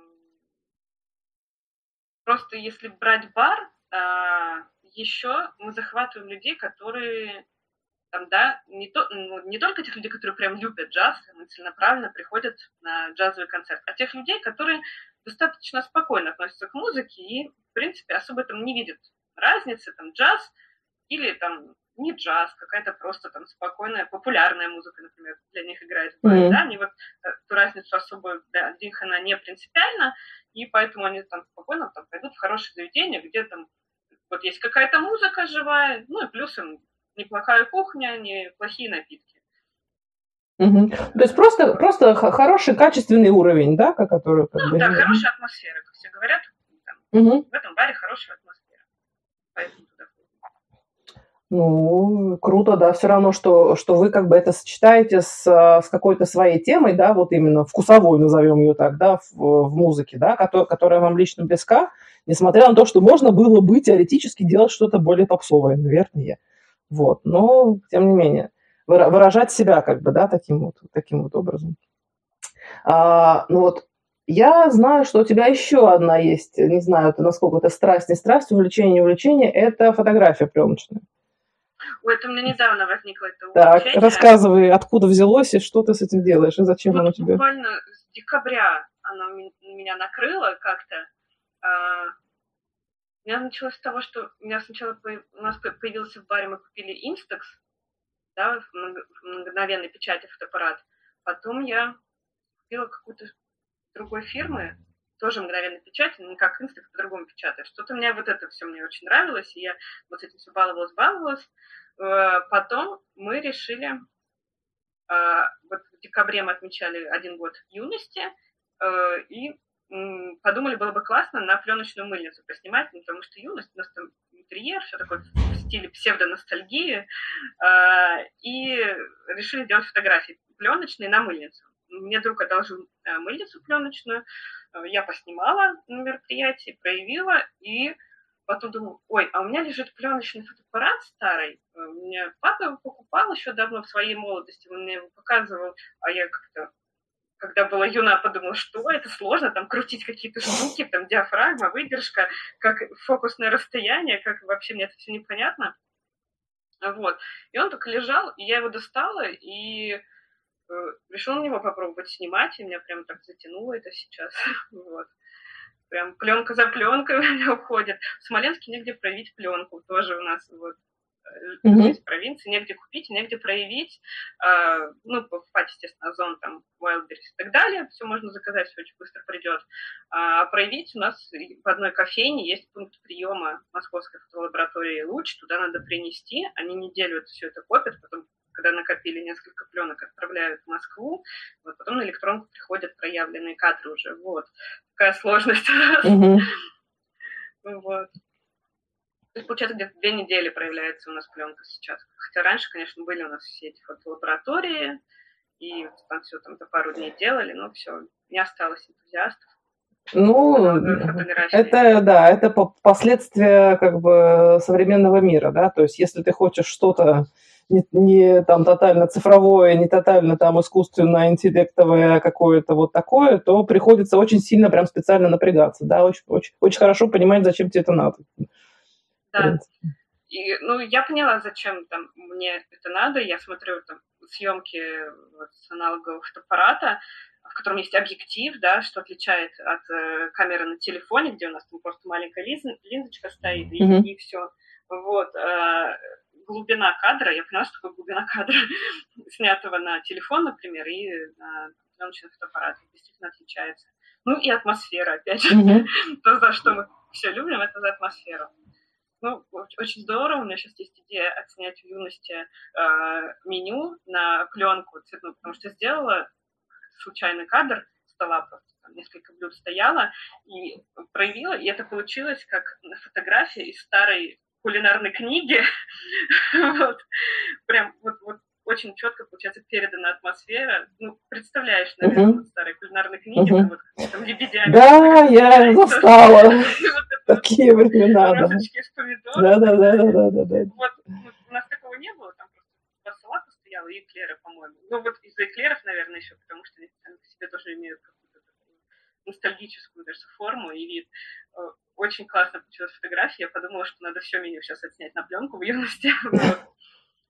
Просто если брать бар, еще мы захватываем людей, которые там, да, не, то, ну, не только тех людей, которые прям любят джаз, и целенаправленно приходят на джазовый концерт, а тех людей, которые достаточно спокойно относятся к музыке и, в принципе, особо там не видят разницы, там, джаз или там не джаз, какая-то просто там спокойная, популярная музыка, например, для них играет в баре, mm-hmm. да, они вот эту разницу особо, да, для них она не принципиальна, и поэтому они там спокойно там пойдут в хорошее заведение, где там вот есть какая-то музыка живая, ну и плюсом неплохая кухня, неплохие напитки. Угу. То есть просто, просто хороший, качественный уровень, да, который... Как ну бы... да, хорошая атмосфера, как все говорят, там, угу. в этом баре хорошая атмосфера. Поэтому туда ходим. Ну, круто, да, все равно, что, что вы как бы это сочетаете с, с какой-то своей темой, да, вот именно вкусовой, назовем ее так, да, в, в музыке, да, которая, которая вам лично близка, несмотря на то, что можно было бы теоретически делать что-то более попсовое, наверное, вот, но тем не менее выражать себя как бы, да, таким вот, таким вот образом. А, ну вот, я знаю, что у тебя еще одна есть, не знаю, это насколько это страсть, не страсть, увлечение, не увлечение, это фотография пленочная. Ой, это у меня недавно возникло это увлечение. Так, рассказывай, откуда взялось и что ты с этим делаешь, и зачем вот оно тебе? Буквально с декабря оно меня накрыло как-то. У меня началось с того, что у меня сначала у нас появился в баре, мы купили Instax, да, в мгновенной печати фотоаппарат. Потом я купила какую-то другой фирмы, тоже мгновенной печати, но не как Instax, по-другому печатает. Что-то мне вот это все мне очень нравилось, и я вот с этим все баловалась, баловалась. Потом мы решили, вот в декабре мы отмечали один год юности, и подумали, было бы классно на пленочную мыльницу поснимать, потому что юность, у нас там интерьер, все такое в стиле псевдоностальгии, и решили делать фотографии пленочные на мыльницу. Мне друг одолжил мыльницу пленочную, я поснимала на мероприятии, проявила, и потом думаю, ой, а у меня лежит пленочный фотоаппарат старый, у меня папа его покупал еще давно в своей молодости, он мне его показывал, а я как-то когда была юна, подумала, что это сложно, там крутить какие-то штуки, там диафрагма, выдержка, как фокусное расстояние, как вообще мне это все непонятно. Вот. И он так лежал, и я его достала, и э, решила на него попробовать снимать, и меня прям так затянуло это сейчас. Вот. Прям пленка за пленкой у меня уходит. В Смоленске негде проявить пленку, тоже у нас вот. Mm-hmm. В провинции негде купить, негде проявить. Uh, ну, покупать, естественно, Озон, там, Wildberries и так далее. Все можно заказать, все очень быстро придет. А uh, проявить у нас в одной кофейне есть пункт приема Московской фотолаборатории «Луч». Туда надо принести. Они неделю это все это копят. Потом, когда накопили несколько пленок, отправляют в Москву. Вот, потом на электронку приходят проявленные кадры уже. Вот. Такая сложность. Mm-hmm. Вот. То есть, получается, где-то две недели проявляется у нас пленка сейчас. Хотя раньше, конечно, были у нас все эти фотолаборатории, и там все там за пару дней делали, но все, не осталось энтузиастов. Ну, это, да, это последствия как бы современного мира, да, то есть если ты хочешь что-то не, не там тотально цифровое, не тотально там искусственно интеллектовое какое-то вот такое, то приходится очень сильно прям специально напрягаться, да, очень, очень, очень хорошо понимать, зачем тебе это надо. Да. И, ну, я поняла, зачем там мне это надо. Я смотрю там съемки вот, с аналогового фотоаппарата, в котором есть объектив, да, что отличает от э, камеры на телефоне, где у нас там просто маленькая лиз, линзочка стоит, и, mm-hmm. и все. Вот. Э, глубина кадра, я поняла, что такое глубина кадра, снятого на телефон, например, и на пленочный фотоаппарат. Действительно отличается. Ну и атмосфера, опять же. Mm-hmm. То, за что мы все любим, это за атмосферу. Ну, очень здорово. У меня сейчас есть идея отснять в юности э, меню на пленку цветную, потому что сделала случайный кадр стола, просто там несколько блюд стояло, и проявила, и это получилось как фотография из старой кулинарной книги. Вот. Прям вот, вот очень четко, получается, передана атмосфера. Ну, представляешь, наверное, uh-huh. старой кулинарной книги, uh-huh. там, вот, там лебедями. Да, я застала. Такие времена, да. Да-да-да. Вот, у нас такого не было, там просто два салата стояло и эклеры, по-моему. Ну, вот из-за эклеров, наверное, еще, потому что они сами по себе тоже имеют какую-то такую ностальгическую, даже форму и вид. Очень классно получилась фотография. Я подумала, что надо все меню сейчас отснять на пленку в юности.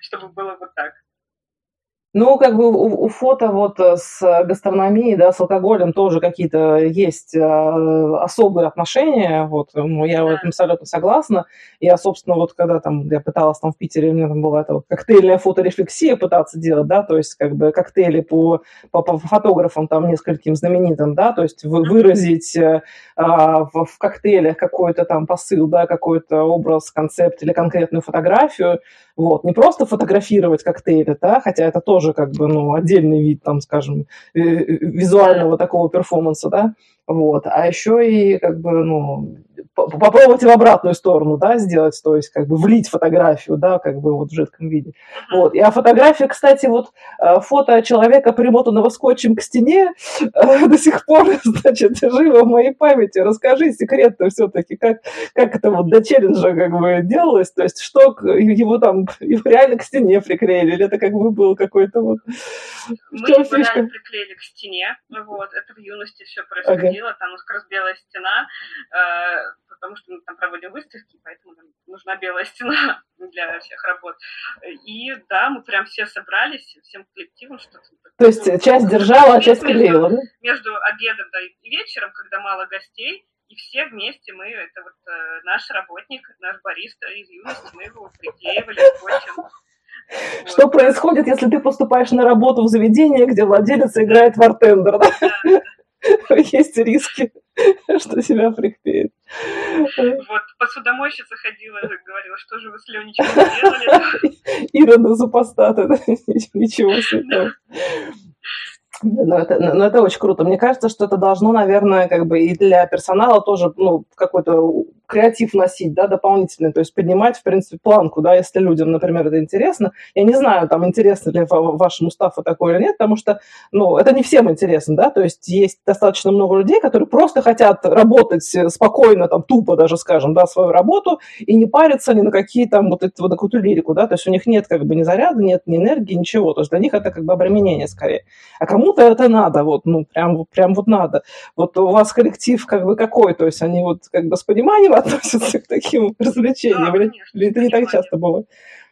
чтобы было вот так. Ну, как бы у, у фото вот с гастрономией, да, с алкоголем тоже какие-то есть э, особые отношения, вот, ну, я в этом абсолютно согласна. Я, собственно, вот когда там, я пыталась там в Питере, у меня там была эта вот коктейльная фоторефлексия пытаться делать, да, то есть как бы коктейли по, по, по фотографам там нескольким знаменитым, да, то есть вы, выразить э, в, в коктейлях какой-то там посыл, да, какой-то образ, концепт или конкретную фотографию, вот, не просто фотографировать коктейли, да, хотя это тоже как бы, ну, отдельный вид, там, скажем, визуального такого перформанса, да, вот, а еще и как бы, ну, попробовать и в обратную сторону, да, сделать, то есть как бы влить фотографию, да, как бы вот в жидком виде. Вот. И а фотография, кстати, вот фото человека, примотанного скотчем к стене, до сих пор, значит, живо в моей памяти. Расскажи секрет-то все-таки, как, как это вот до челленджа как бы делалось, то есть что его там его реально к стене приклеили, или это как бы был какой-то вот... Мы его реально приклеили к стене, вот, это в юности все происходило, ага. Там у нас как раз белая стена, э, потому что мы там проводим выставки, поэтому нам нужна белая стена для всех работ. И да, мы прям все собрались, всем коллективом что-то. То есть ну, часть держала, а часть клеила, да? Между обедом да, и вечером, когда мало гостей, и все вместе мы, это вот э, наш работник, наш бариста из юности, мы его приклеивали скотчем. Что вот. Происходит, если ты поступаешь на работу в заведение, где владелец играет бартендер, да? Да. Есть риски, что себя приклеит. Вот, посудомойщица ходила и говорила, что же вы с Леней ничего не делали. Ирода супостата, да? Ничего себе. Ну это, ну, это очень круто. Мне кажется, что это должно, наверное, как бы и для персонала тоже, ну, какой-то креатив вносить, да, дополнительный, то есть поднимать, в принципе, планку, да, если людям, например, это интересно. Я не знаю, там, интересно ли вашему стафу такое или нет, потому что, ну, это не всем интересно, да, то есть есть достаточно много людей, которые просто хотят работать спокойно, там, тупо даже, скажем, да, свою работу и не париться ни на какие там вот эту вот какую-то лирику, да, то есть у них нет как бы ни заряда, нет ни энергии, ничего, то есть для них это как бы обременение скорее. А кому-то это надо, вот, ну, прям, прям вот надо. Вот у вас коллектив как бы какой, то есть они вот как бы с пониманием относятся к таким развлечениям, да, или, или это не так часто бывает?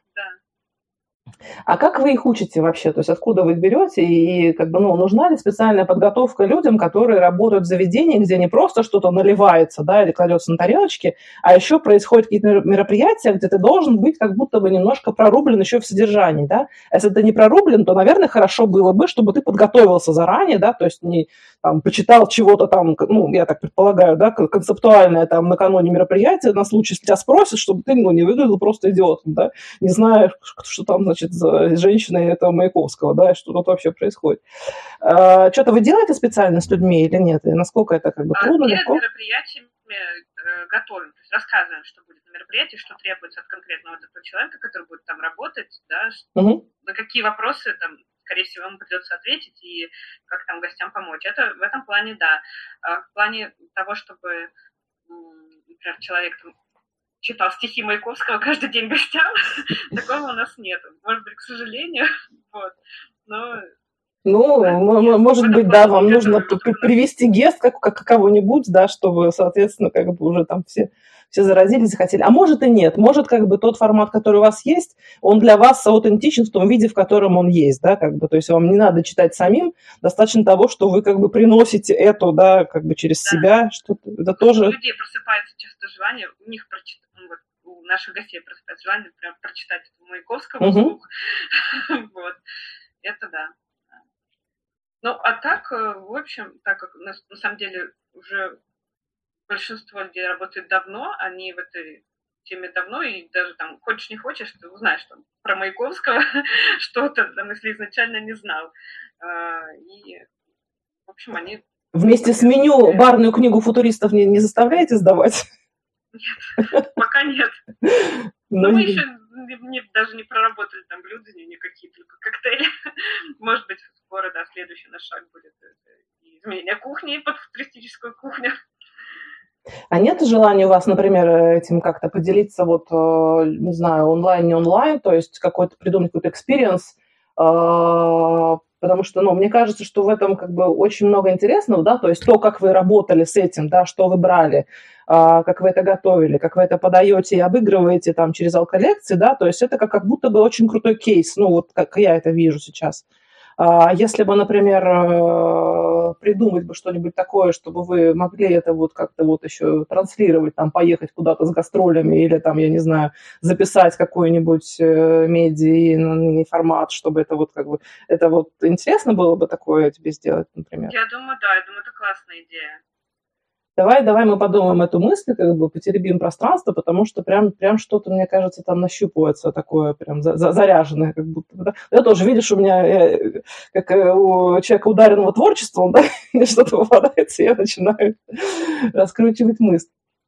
А как вы их учите вообще? То есть откуда вы их берете? И как бы, ну, нужна ли специальная подготовка людям, которые работают в заведении, где не просто что-то наливается, да, или кладется на тарелочки, а еще происходят какие-то мероприятия, где ты должен быть как будто бы немножко прорублен еще в содержании, да? Если ты не прорублен, то, наверное, хорошо было бы, чтобы ты подготовился заранее, да, то есть не там, почитал чего-то там, ну, я так предполагаю, да, концептуальное там накануне мероприятия, на случай, если тебя спросят, чтобы ты, ну, не выглядел просто идиотом, да, не зная, что там, значит, за женщиной этого Маяковского, да, что тут вообще происходит. А, что-то вы делаете специально с людьми или нет? И насколько это как бы трудно, а легко? Перед мероприятиями готовим, то есть рассказываем, что будет на мероприятии, что требуется от конкретного этого человека, который будет там работать, да, угу. На какие вопросы там, скорее всего, ему придется ответить и как там гостям помочь. Это в этом плане, да. А в плане того, чтобы, например, человек там читал стихи Маяковского каждый день гостям, такого у нас нет. Может быть, к сожалению, вот. Но... Ну, да, может быть, да, вам нужно привести гест как, как кого-нибудь, да, чтобы, соответственно, как бы уже там все, все заразились, захотели. А может и нет. Может, как бы тот формат, который у вас есть, он для вас аутентичен в том виде, в котором он есть, да, как бы. То есть вам не надо читать самим, достаточно того, что вы как бы приносите это, да, как бы через да. себя, что-то. Это тоже... У людей просыпается часто желание, у них прочитать, вот, у наших гостей просыпается желание прям прочитать Маяковского вслух. Вот. Это да. Ну, а так, в общем, так как у нас, на самом деле, уже большинство людей работает давно, они в этой теме давно, и даже там, хочешь не хочешь, ты узнаешь там, про Маяковского что-то, там, если изначально не знал. И, в общем, они... Вместе с меню барную книгу футуристов не, не заставляете сдавать? Нет, пока нет. Но мы еще не, даже не проработали там блюда, никакие, только коктейли. Может быть, скоро, да, следующий наш шаг будет изменение кухни под футуристическую кухню. А нет желания у вас, например, этим как-то поделиться, вот, не знаю, онлайн, не онлайн, то есть какой-то придумать какой-то экспириенс, Потому что, ну, мне кажется, что в этом как бы очень много интересного, да, то есть то, как вы работали с этим, да, что вы брали, а, как вы это готовили, как вы это подаете и обыгрываете там через алколекции, да, то есть это как, как будто бы очень крутой кейс, ну, вот как я это вижу сейчас. А если бы, например, э, придумать бы что-нибудь такое, чтобы вы могли это вот как-то вот еще транслировать, там, поехать куда-то с гастролями или там, я не знаю, записать какой-нибудь э, медиа формат, чтобы это вот как бы, это вот интересно было бы такое тебе сделать, например? Я думаю, да, я думаю, это классная идея. Давай, давай мы подумаем эту мысль, как бы потеребим пространство, потому что прям, прям что-то, мне кажется, там нащупывается такое прям за, за, заряженное, как будто бы. Да? Я тоже, видишь, у меня, я, как у человека ударенного творчеством, да, что-то попадается, и я начинаю раскручивать мысль.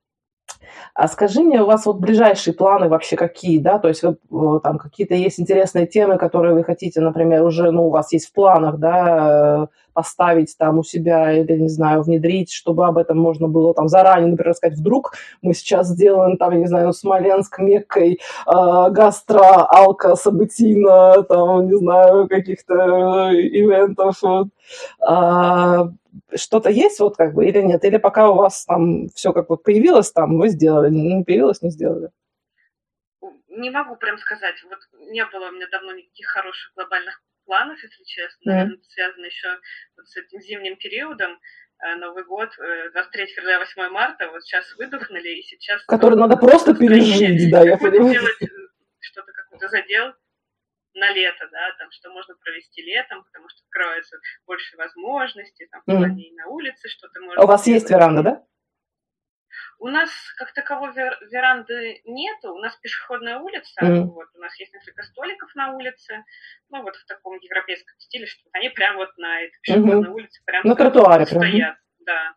А скажи мне, у вас вот ближайшие планы вообще какие, да, то есть вы, там какие-то есть интересные темы, которые вы хотите, например, уже, ну, у вас есть в планах, да, поставить там у себя или, не знаю, внедрить, чтобы об этом можно было там заранее, например, сказать, вдруг мы сейчас сделаем там, я не знаю, Смоленск Меккой э, гастро, алко, событийно, там, не знаю, каких-то ивентов, вот. А, что-то есть вот как бы или нет? Или пока у вас там все как вот появилось там, вы сделали, не появилось, не сделали? Не могу прям сказать. Вот не было у меня давно никаких хороших глобальных планов, если честно. Mm. Наверное, это связано еще вот с этим зимним периодом. Новый год, двадцать третьего февраля, восьмое марта, вот сейчас выдохнули, и сейчас... Который надо просто пережить, да, я понимаю. Делать что-то, какой-то задел на лето, да, там, что можно провести летом, потому что открываются больше возможностей, там, в плане и на улице что-то можно... А у вас есть веранда, да? У нас как таковой веранды нету, у нас пешеходная улица, mm. вот, у нас есть несколько столиков на улице, ну, вот в таком европейском стиле, что они прям вот на этой пешеходной mm-hmm. улице прям на тротуаре стоят, прям. да.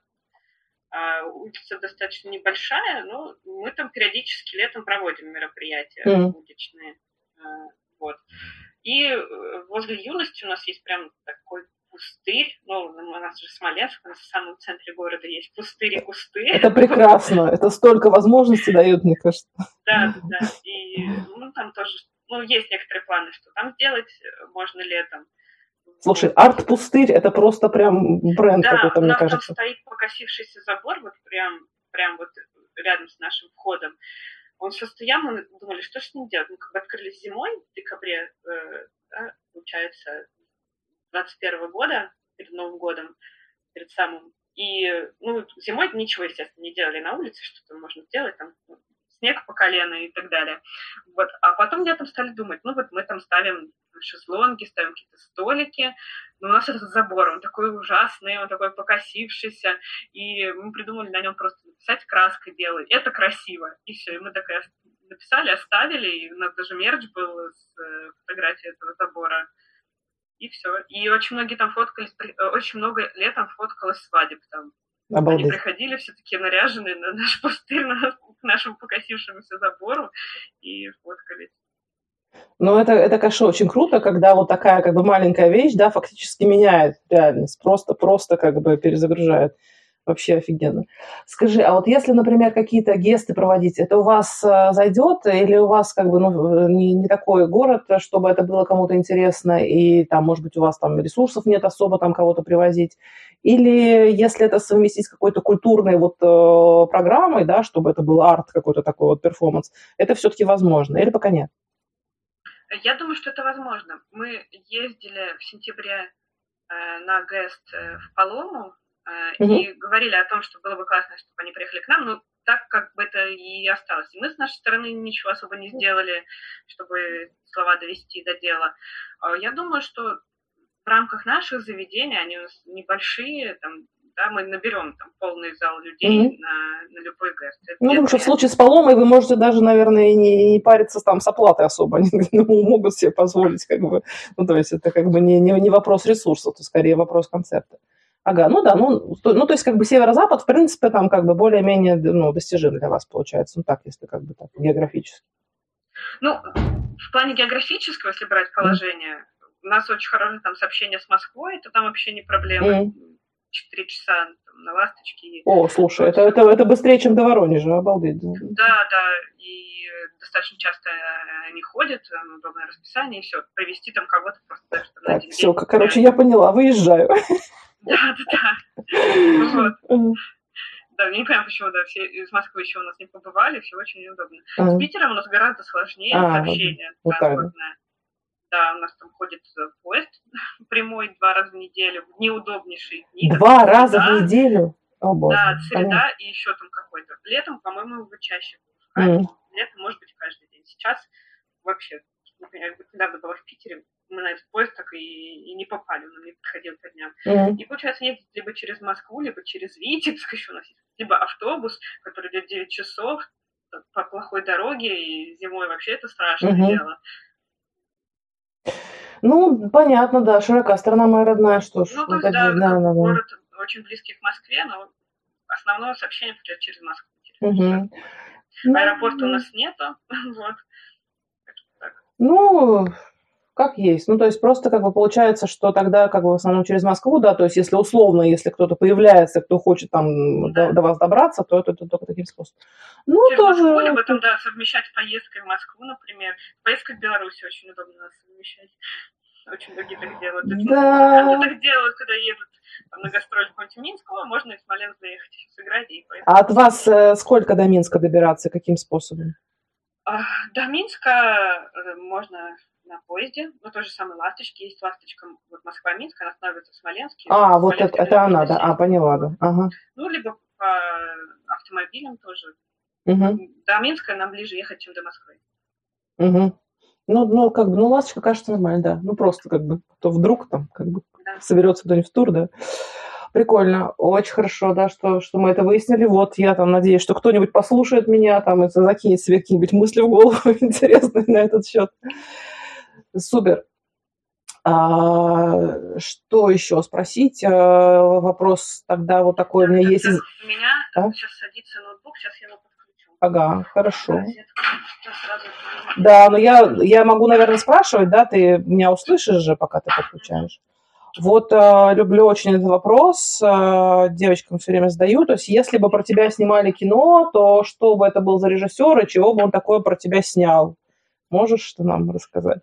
А, улица достаточно небольшая, но мы там периодически летом проводим мероприятия mm. уличные, вот. И возле юности у нас есть прям такой пустырь, ну, у нас же Смоленск, у нас в самом центре города есть пустырь и кусты. Это прекрасно, это столько возможностей дает, мне кажется. Да, да, и ну, там тоже, ну, есть некоторые планы, что там сделать можно летом. Слушай, арт-пустырь, это просто прям бренд да, какой-то, мне кажется. Да, у нас там стоит покосившийся забор, вот прям, прям вот рядом с нашим входом. Он все стоял, мы думали, что с ним делать. Мы как бы открылись зимой, в декабре, э, да, получается, двадцать первого года, перед Новым годом, перед самым. И, ну, зимой ничего, естественно, не делали на улице, что-то можно сделать, там, снег по колено и так далее. Вот. А потом летом стали думать, ну, вот мы там ставим шезлонги, ставим какие-то столики, но у нас этот забор, он такой ужасный, он такой покосившийся, и мы придумали на нем просто написать краской белой. Это красиво. И все, и мы так и написали, оставили, и у нас даже мерч был с фотографией этого забора. И все. И очень многие там фоткались, очень много летом фоткалось свадеб там. Обалдеть. Они приходили все такие наряженные на наш пустырь, на, к нашему покосившемуся забору и фоткались. Ну, это, это, конечно, очень круто, когда вот такая как бы маленькая вещь, да, фактически меняет реальность, просто, просто как бы перезагружает. Вообще офигенно. Скажи, а вот если, например, какие-то гесты проводить, это у вас э, зайдет или у вас как бы ну, не, не такой город, чтобы это было кому-то интересно, и там, может быть, у вас там ресурсов нет особо там кого-то привозить? Или если это совместить с какой-то культурной вот э, программой, да, чтобы это был арт какой-то такой вот перформанс, это все-таки возможно или пока нет? Я думаю, что это возможно. Мы ездили в сентябре э, на гест э, в Палому, и uh-huh. говорили о том, что было бы классно, чтобы они приехали к нам, но так как бы это и осталось. И мы с нашей стороны ничего особо не сделали, чтобы слова довести до дела. Я думаю, что в рамках наших заведений, они у нас небольшие, там, да, мы наберем там полный зал людей uh-huh. на, на любой гест. Ну, потому что в случае с Паломой вы можете даже, наверное, не, не париться там с оплатой особо. Они могут себе позволить, как бы, ну, то есть это как бы не, не, не вопрос ресурсов, это скорее вопрос концепта. Ага, ну да, ну то, ну, то есть как бы северо-запад, в принципе, там как бы более-менее ну, достижим для вас получается, ну так, если как бы так, географически. Ну, в плане географического, если брать положение, mm. у нас очень хорошее там сообщение с Москвой, это там вообще не проблема, mm. четыре часа там, на «Ласточке». О, слушай, это, это, это быстрее, чем до Воронежа, обалдеть. Да, да, и достаточно часто они ходят, удобное расписание, и все, привезти там кого-то просто даже там, на Так, один все, день. короче, я поняла, выезжаю. Да, да, да. Вот. Да, я не понимаю, почему, да, все из Москвы еще у нас не побывали, все очень неудобно. А. С Питером у нас гораздо сложнее А, сообщение вот транспортное. Да, у нас там ходит поезд прямой два раза в неделю, в неудобнейшие дни. Два раза в неделю? О, боже. Да, среда Понятно. и еще там какой-то. Летом, по-моему, его чаще выпускали. Mm. Летом, может быть, каждый день. Сейчас вообще, например, недавно была в Питере, мы на этот поезд так и, и не попали, он мне подходил по дням. Mm. И, получается, ездить либо через Москву, либо через Витебск еще у нас есть, либо автобус, который идет девять часов по плохой дороге, и зимой вообще это страшное mm-hmm. дело. Ну, понятно, да, широка страна моя родная, что ж. Ну, то есть, да, да, да, город да. очень близкий к Москве, но основное сообщение идет через Москву. Через угу. Аэропорта ну, у нас нету, вот. Так. Ну, как есть. Ну, то есть просто как бы получается, что тогда как бы в основном через Москву, да, то есть если условно, если кто-то появляется, кто хочет там да. до, до вас добраться, то это, это только таким способом. Ну, через тоже... Москву, либо там, да, совмещать поездкой в Москву, например. Поездка в Беларусь очень удобно надо совмещать. Очень многие так делают. Да. Они так делают, когда едут там, на гастроль в какой-нибудь Минск, можно и в Смоленск заехать, сыграть и поехать. А от вас э, сколько до Минска добираться, каким способом? А, до Минска можно на поезде, ну, той же самой «Ласточки». Есть «Ласточка», вот Москва-Минск, она останавливается в Смоленске. А, вот это, это она, да, а, поняла, да. Ага. Ну, либо по автомобилям тоже. Угу. До Минска нам ближе ехать, чем до Москвы. Угу. Ну, ну, как бы, ну, «Ласточка» кажется нормально, да. Ну, просто как бы, то вдруг там, как бы, да. соберется кто-нибудь в тур, да. Прикольно, очень хорошо, да, что, что мы это выяснили. Вот, я там надеюсь, что кто-нибудь послушает меня, там, и закинет себе какие-нибудь мысли в голову интересные на этот счет. Супер. А, что еще спросить? А, вопрос тогда вот такой да, у меня так, есть. Так, у меня а? сейчас садится ноутбук, сейчас я его подключу. Ага, хорошо. Сразу... Да, но я, я могу, наверное, спрашивать, да, ты меня услышишь же, пока ты подключаешь. Вот э, люблю очень этот вопрос, э, девочкам все время задаю. То есть, если бы про тебя снимали кино, то что бы это был за режиссер и чего бы он такое про тебя снял? Можешь что нам рассказать?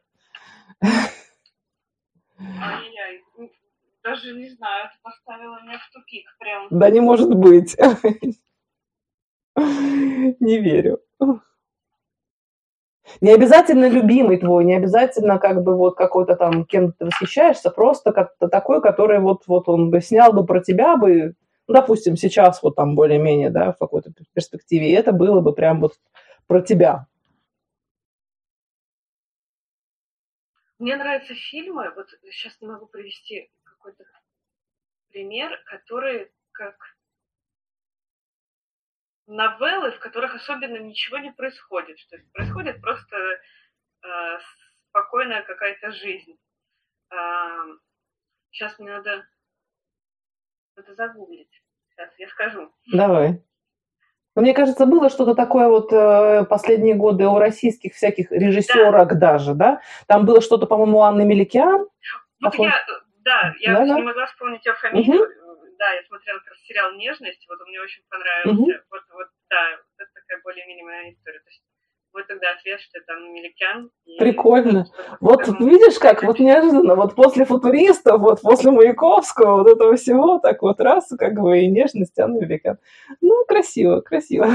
Ай-яй, даже не знаю, это поставило меня в тупик прям. Да не может быть. Не верю. Не обязательно любимый твой, не обязательно как бы вот какой-то там, кем ты восхищаешься, просто как-то такой, который вот, вот он бы снял бы про тебя бы, ну, допустим, сейчас вот там более-менее, да, в какой-то перспективе, и это было бы прям вот про тебя. Мне нравятся фильмы, вот сейчас не могу привести какой-то пример, который как новеллы, в которых особенно ничего не происходит, что происходит просто э, спокойная какая-то жизнь. Э, сейчас мне надо, надо загуглить. Сейчас я скажу. Давай. Но мне кажется, было что-то такое вот э, последние годы у российских всяких режиссерок да. даже, да? Там было что-то, по-моему, у Анны Меликян. Вот я, да, я да, не да. могла вспомнить ее фамилию. Угу. Да, я смотрела как раз сериал «Нежность», вот он мне очень понравился. Угу. Вот, вот, да, это такая более-менее моя история. То есть вот тогда ответ, что это Меликян. Прикольно. Вот видишь как, вот неожиданно, вот после «Футуристов», вот после Маяковского, вот этого всего, так вот раз, как бы и «Нежность», Анна Меликян. Ну, красиво, красиво.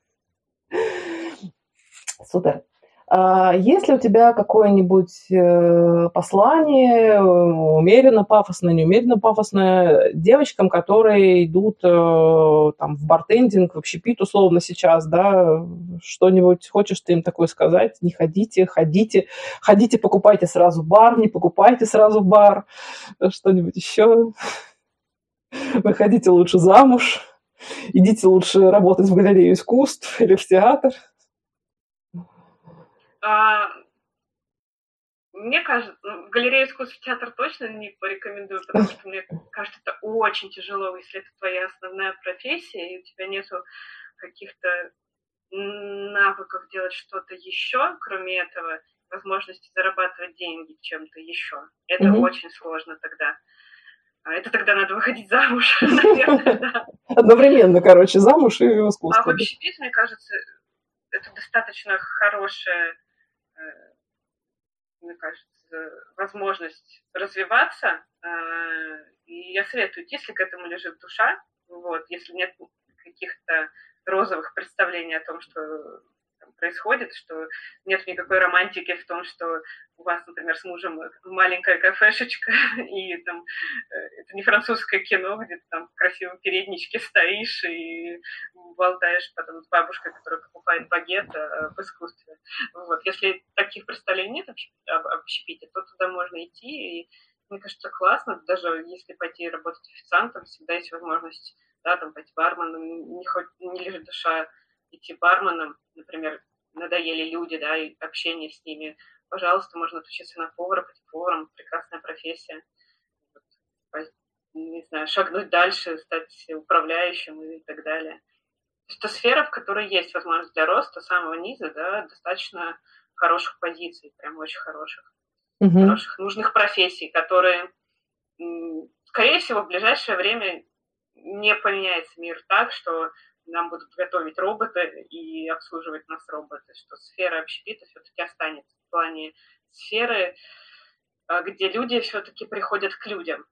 Супер. Есть ли у тебя какое-нибудь послание, умеренно пафосное, неумеренно пафосное, девочкам, которые идут там, в бартендинг, в общепит условно сейчас, да, что-нибудь хочешь ты им такое сказать? Не ходите, ходите, ходите, покупайте сразу бар, не покупайте сразу бар, что-нибудь еще. Выходите лучше замуж, идите лучше работать в галерею искусств или в театр. А, мне кажется, ну, в галерею искусств, в театр точно не порекомендую, потому что мне кажется, это очень тяжело, если это твоя основная профессия, и у тебя нету каких-то навыков делать что-то еще, кроме этого, возможности зарабатывать деньги чем-то еще. Это mm-hmm. очень сложно тогда. Это тогда надо выходить замуж, наверное, да. Одновременно, короче, замуж и в искусство. А в общепит, мне кажется, это достаточно хорошая, мне кажется, возможность развиваться. И я советую, если к этому лежит душа, вот, если нет каких-то розовых представлений о том, что происходит, что нет никакой романтики в том, что у вас, например, с мужем маленькая кафешечка, и там это не французское кино, где ты там в красивом передничке стоишь и болтаешь потом с бабушкой, которая покупает багет в искусстве. Вот. Если таких представлений нет об общепите, то туда можно идти, и мне кажется, классно, даже если пойти работать официантом, всегда есть возможность, да, там, пойти барменом, не, хоть, не лежит душа идти барменом, например, надоели люди, да, и общение с ними, пожалуйста, можно отучиться на повара, быть поваром, прекрасная профессия. Вот, не знаю, шагнуть дальше, стать управляющим и так далее. То есть это сфера, в которой есть возможность для роста с самого низа, да, достаточно хороших позиций, прям очень хороших, угу. хороших, нужных профессий, которые, скорее всего, в ближайшее время не поменяется мир так, что нам будут готовить роботы и обслуживать нас роботы, что сфера общепита все-таки останется в плане сферы, где люди все-таки приходят к людям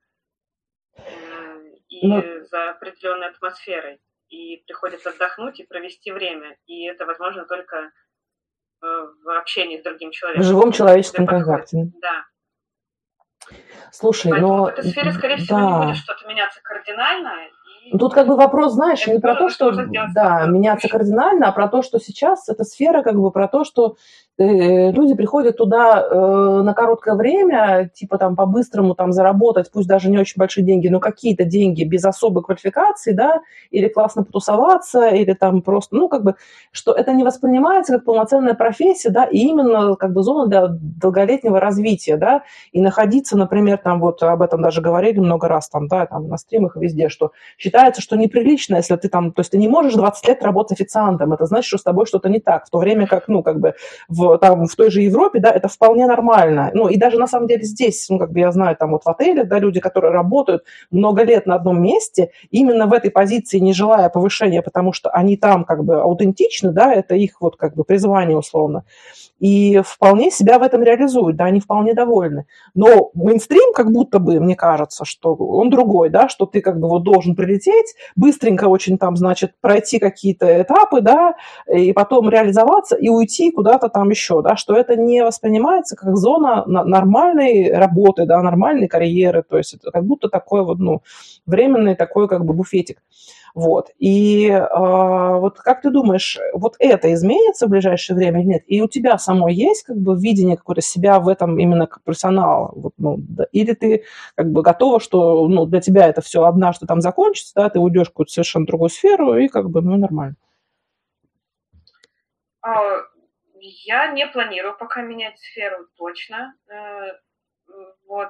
и ну, за определенной атмосферой, и приходят отдохнуть и провести время, и это возможно только в общении с другим человеком. В живом человеческом контакте. Да. Слушай, Поэтому но... в этой сфере, скорее всего, да. не будет что-то меняться кардинально. Тут как бы вопрос, знаешь, не про то, что да, меняться кардинально, а про то, что сейчас эта сфера как бы про то, что э, люди приходят туда э, на короткое время, типа там по-быстрому там заработать, пусть даже не очень большие деньги, но какие-то деньги без особой квалификации, да, или классно потусоваться, или там просто, ну как бы, что это не воспринимается как полноценная профессия, да, и именно как бы зона для долголетнего развития, да, и находиться, например, там вот об этом даже говорили много раз там, да, там на стримах и везде, что считается, что неприлично, если ты там, то есть ты не можешь двадцать лет работать официантом, это значит, что с тобой что-то не так, в то время как, ну, как бы в, там, в той же Европе, да, это вполне нормально, ну, и даже на самом деле здесь, ну, как бы я знаю, там вот в отелях, да, люди, которые работают много лет на одном месте, именно в этой позиции, не желая повышения, потому что они там как бы аутентичны, да, это их вот как бы призвание условно, и вполне себя в этом реализуют, да, они вполне довольны, но мейнстрим как будто бы, мне кажется, что он другой, да, что ты как бы вот должен прилететь, быстренько очень там, значит, пройти какие-то этапы, да, и потом реализоваться и уйти куда-то там еще, да, что это не воспринимается как зона нормальной работы, да, нормальной карьеры, то есть это как будто такой вот, ну, временный такой как бы буфетик. Вот. И э, вот как ты думаешь, вот это изменится в ближайшее время или нет? И у тебя самой есть как бы видение какое-то себя в этом именно как профессионала? Вот, ну, да, или ты как бы готова, что ну, для тебя это все однажды там закончится, да, ты уйдешь в какую-то совершенно другую сферу и как бы, ну, нормально? Я не планирую пока менять сферу точно. Вот.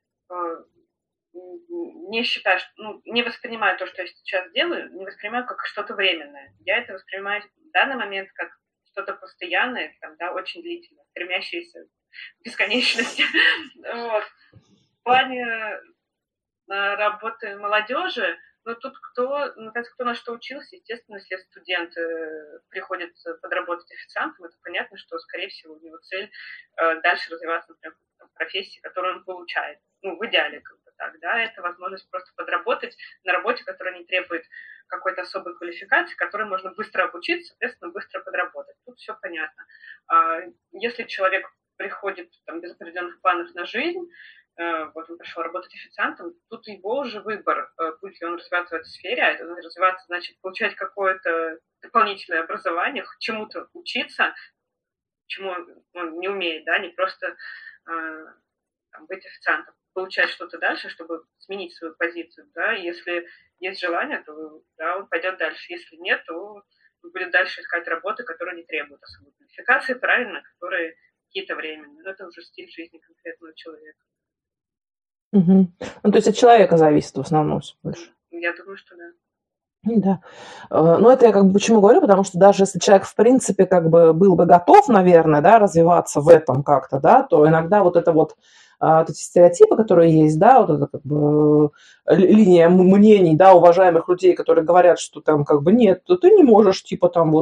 Не считаю, что, ну, не воспринимаю то, что я сейчас делаю, не воспринимаю как что-то временное. Я это воспринимаю в данный момент как что-то постоянное, там, да, очень длительное, стремящееся к бесконечности. Вот. В плане работы молодежи, ну, тут кто, кто на что учился, естественно, если студент приходит подработать официантом, это понятно, что, скорее всего, у него цель дальше развиваться, например, в профессии, которую он получает. Ну, в идеале, как бы так, да, это возможность просто подработать на работе, которая не требует какой-то особой квалификации, которой можно быстро обучиться, соответственно, быстро подработать. Тут все понятно. Если человек приходит там, без определенных планов на жизнь, вот он пришел работать официантом, тут его уже выбор, будет ли он развиваться в этой сфере, а это развиваться значит получать какое-то дополнительное образование, чему-то учиться, чему он не умеет, да, не просто там, быть официантом, получать что-то дальше, чтобы сменить свою позицию, да, если есть желание, то да, он пойдет дальше, если нет, то он будет дальше искать работы, которые не требуют особой квалификации, правильно, которые какие-то временные, но это уже стиль жизни конкретного человека. Угу. Ну, то есть от человека зависит в основном больше. Я думаю, что да. Да. Ну, это я как бы почему говорю, потому что даже если человек, в принципе, как бы был бы готов, наверное, да, развиваться в этом как-то, да, то иногда вот это вот, вот эти стереотипы, которые есть, да, вот это как бы линия мнений, да, уважаемых людей, которые говорят, что там как бы нет, то ты не можешь, типа там вот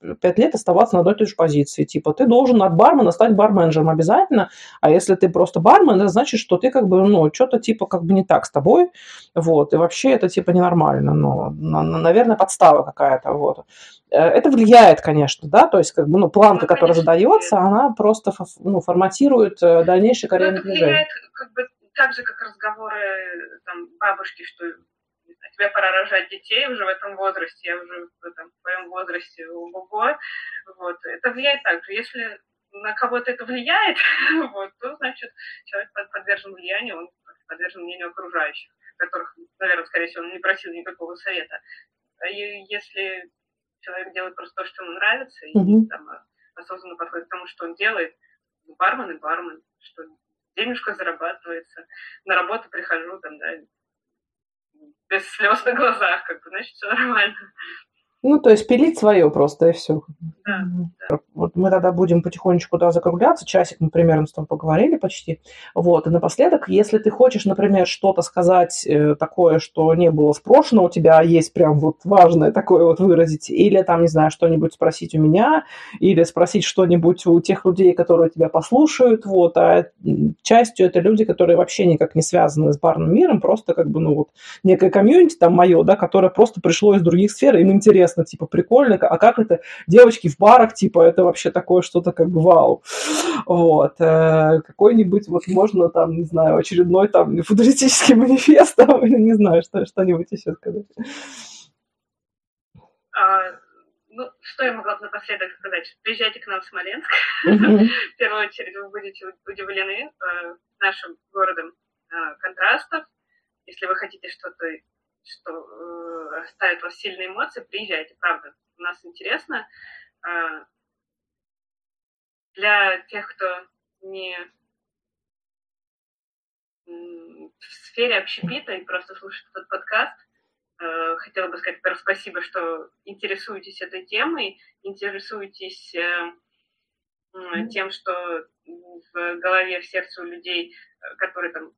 пять лет оставаться на одной и той же позиции. Типа, ты должен от бармена стать барменджером обязательно, а если ты просто бармен, это значит, что ты как бы, ну, что-то типа как бы не так с тобой, вот, и вообще это типа ненормально, ну, наверное, подстава какая-то, вот. Это влияет, конечно, да, то есть как бы, ну, планка, Ну, которая конечно, задается, влияет. она просто, ну, форматирует дальнейшее Ну, карьерное это движение. влияет как бы так же, как разговоры там бабушки, что не знаю, тебе пора рожать детей уже в этом возрасте, я уже в, там, в твоем возрасте, ого-го, вот, это влияет так же. Если на кого-то это влияет, вот, то, значит, человек подвержен влиянию, он подвержен мнению окружающих, которых, наверное, скорее всего, он не просил никакого совета. И если человек делает просто то, что ему нравится, и Мгм. там осознанно подходит к тому, что он делает, бармен и бармен, что денежка зарабатывается, на работу прихожу, там, да, без слез на глазах, как бы, значит, все нормально. Ну, то есть пилить свое просто, и все. Да, да. Вот мы тогда будем потихонечку да, закругляться. Часик мы примерно с тобой поговорили почти. Вот. И напоследок, если ты хочешь, например, что-то сказать э, такое, что не было спрошено у тебя, а есть прям вот важное такое вот выразить, или там, не знаю, что-нибудь спросить у меня, или спросить что-нибудь у тех людей, которые тебя послушают, вот, а частью это люди, которые вообще никак не связаны с барным миром, просто как бы, ну вот, некое комьюнити там мое, да, которое просто пришло из других сфер, им интересно, типа, прикольно, а как это девочки в барах, типа, это вообще такое что-то как бы вау. Вот. Какой-нибудь, вот можно там, не знаю, очередной там футуристический манифест, там, или не знаю, что, что-нибудь еще сказать. А, ну, что я могла бы напоследок сказать? Приезжайте к нам в Смоленск. В первую очередь вы будете удивлены нашим городом контрастов. Если вы хотите что-то, что э, оставит у вас сильные эмоции, приезжайте, правда. У нас интересно. Э, для тех, кто не в сфере общепита и просто слушает этот подкаст, э, хотела бы сказать, во-первых, спасибо, что интересуетесь этой темой, интересуетесь э, тем, что в голове, в сердце у людей, которые там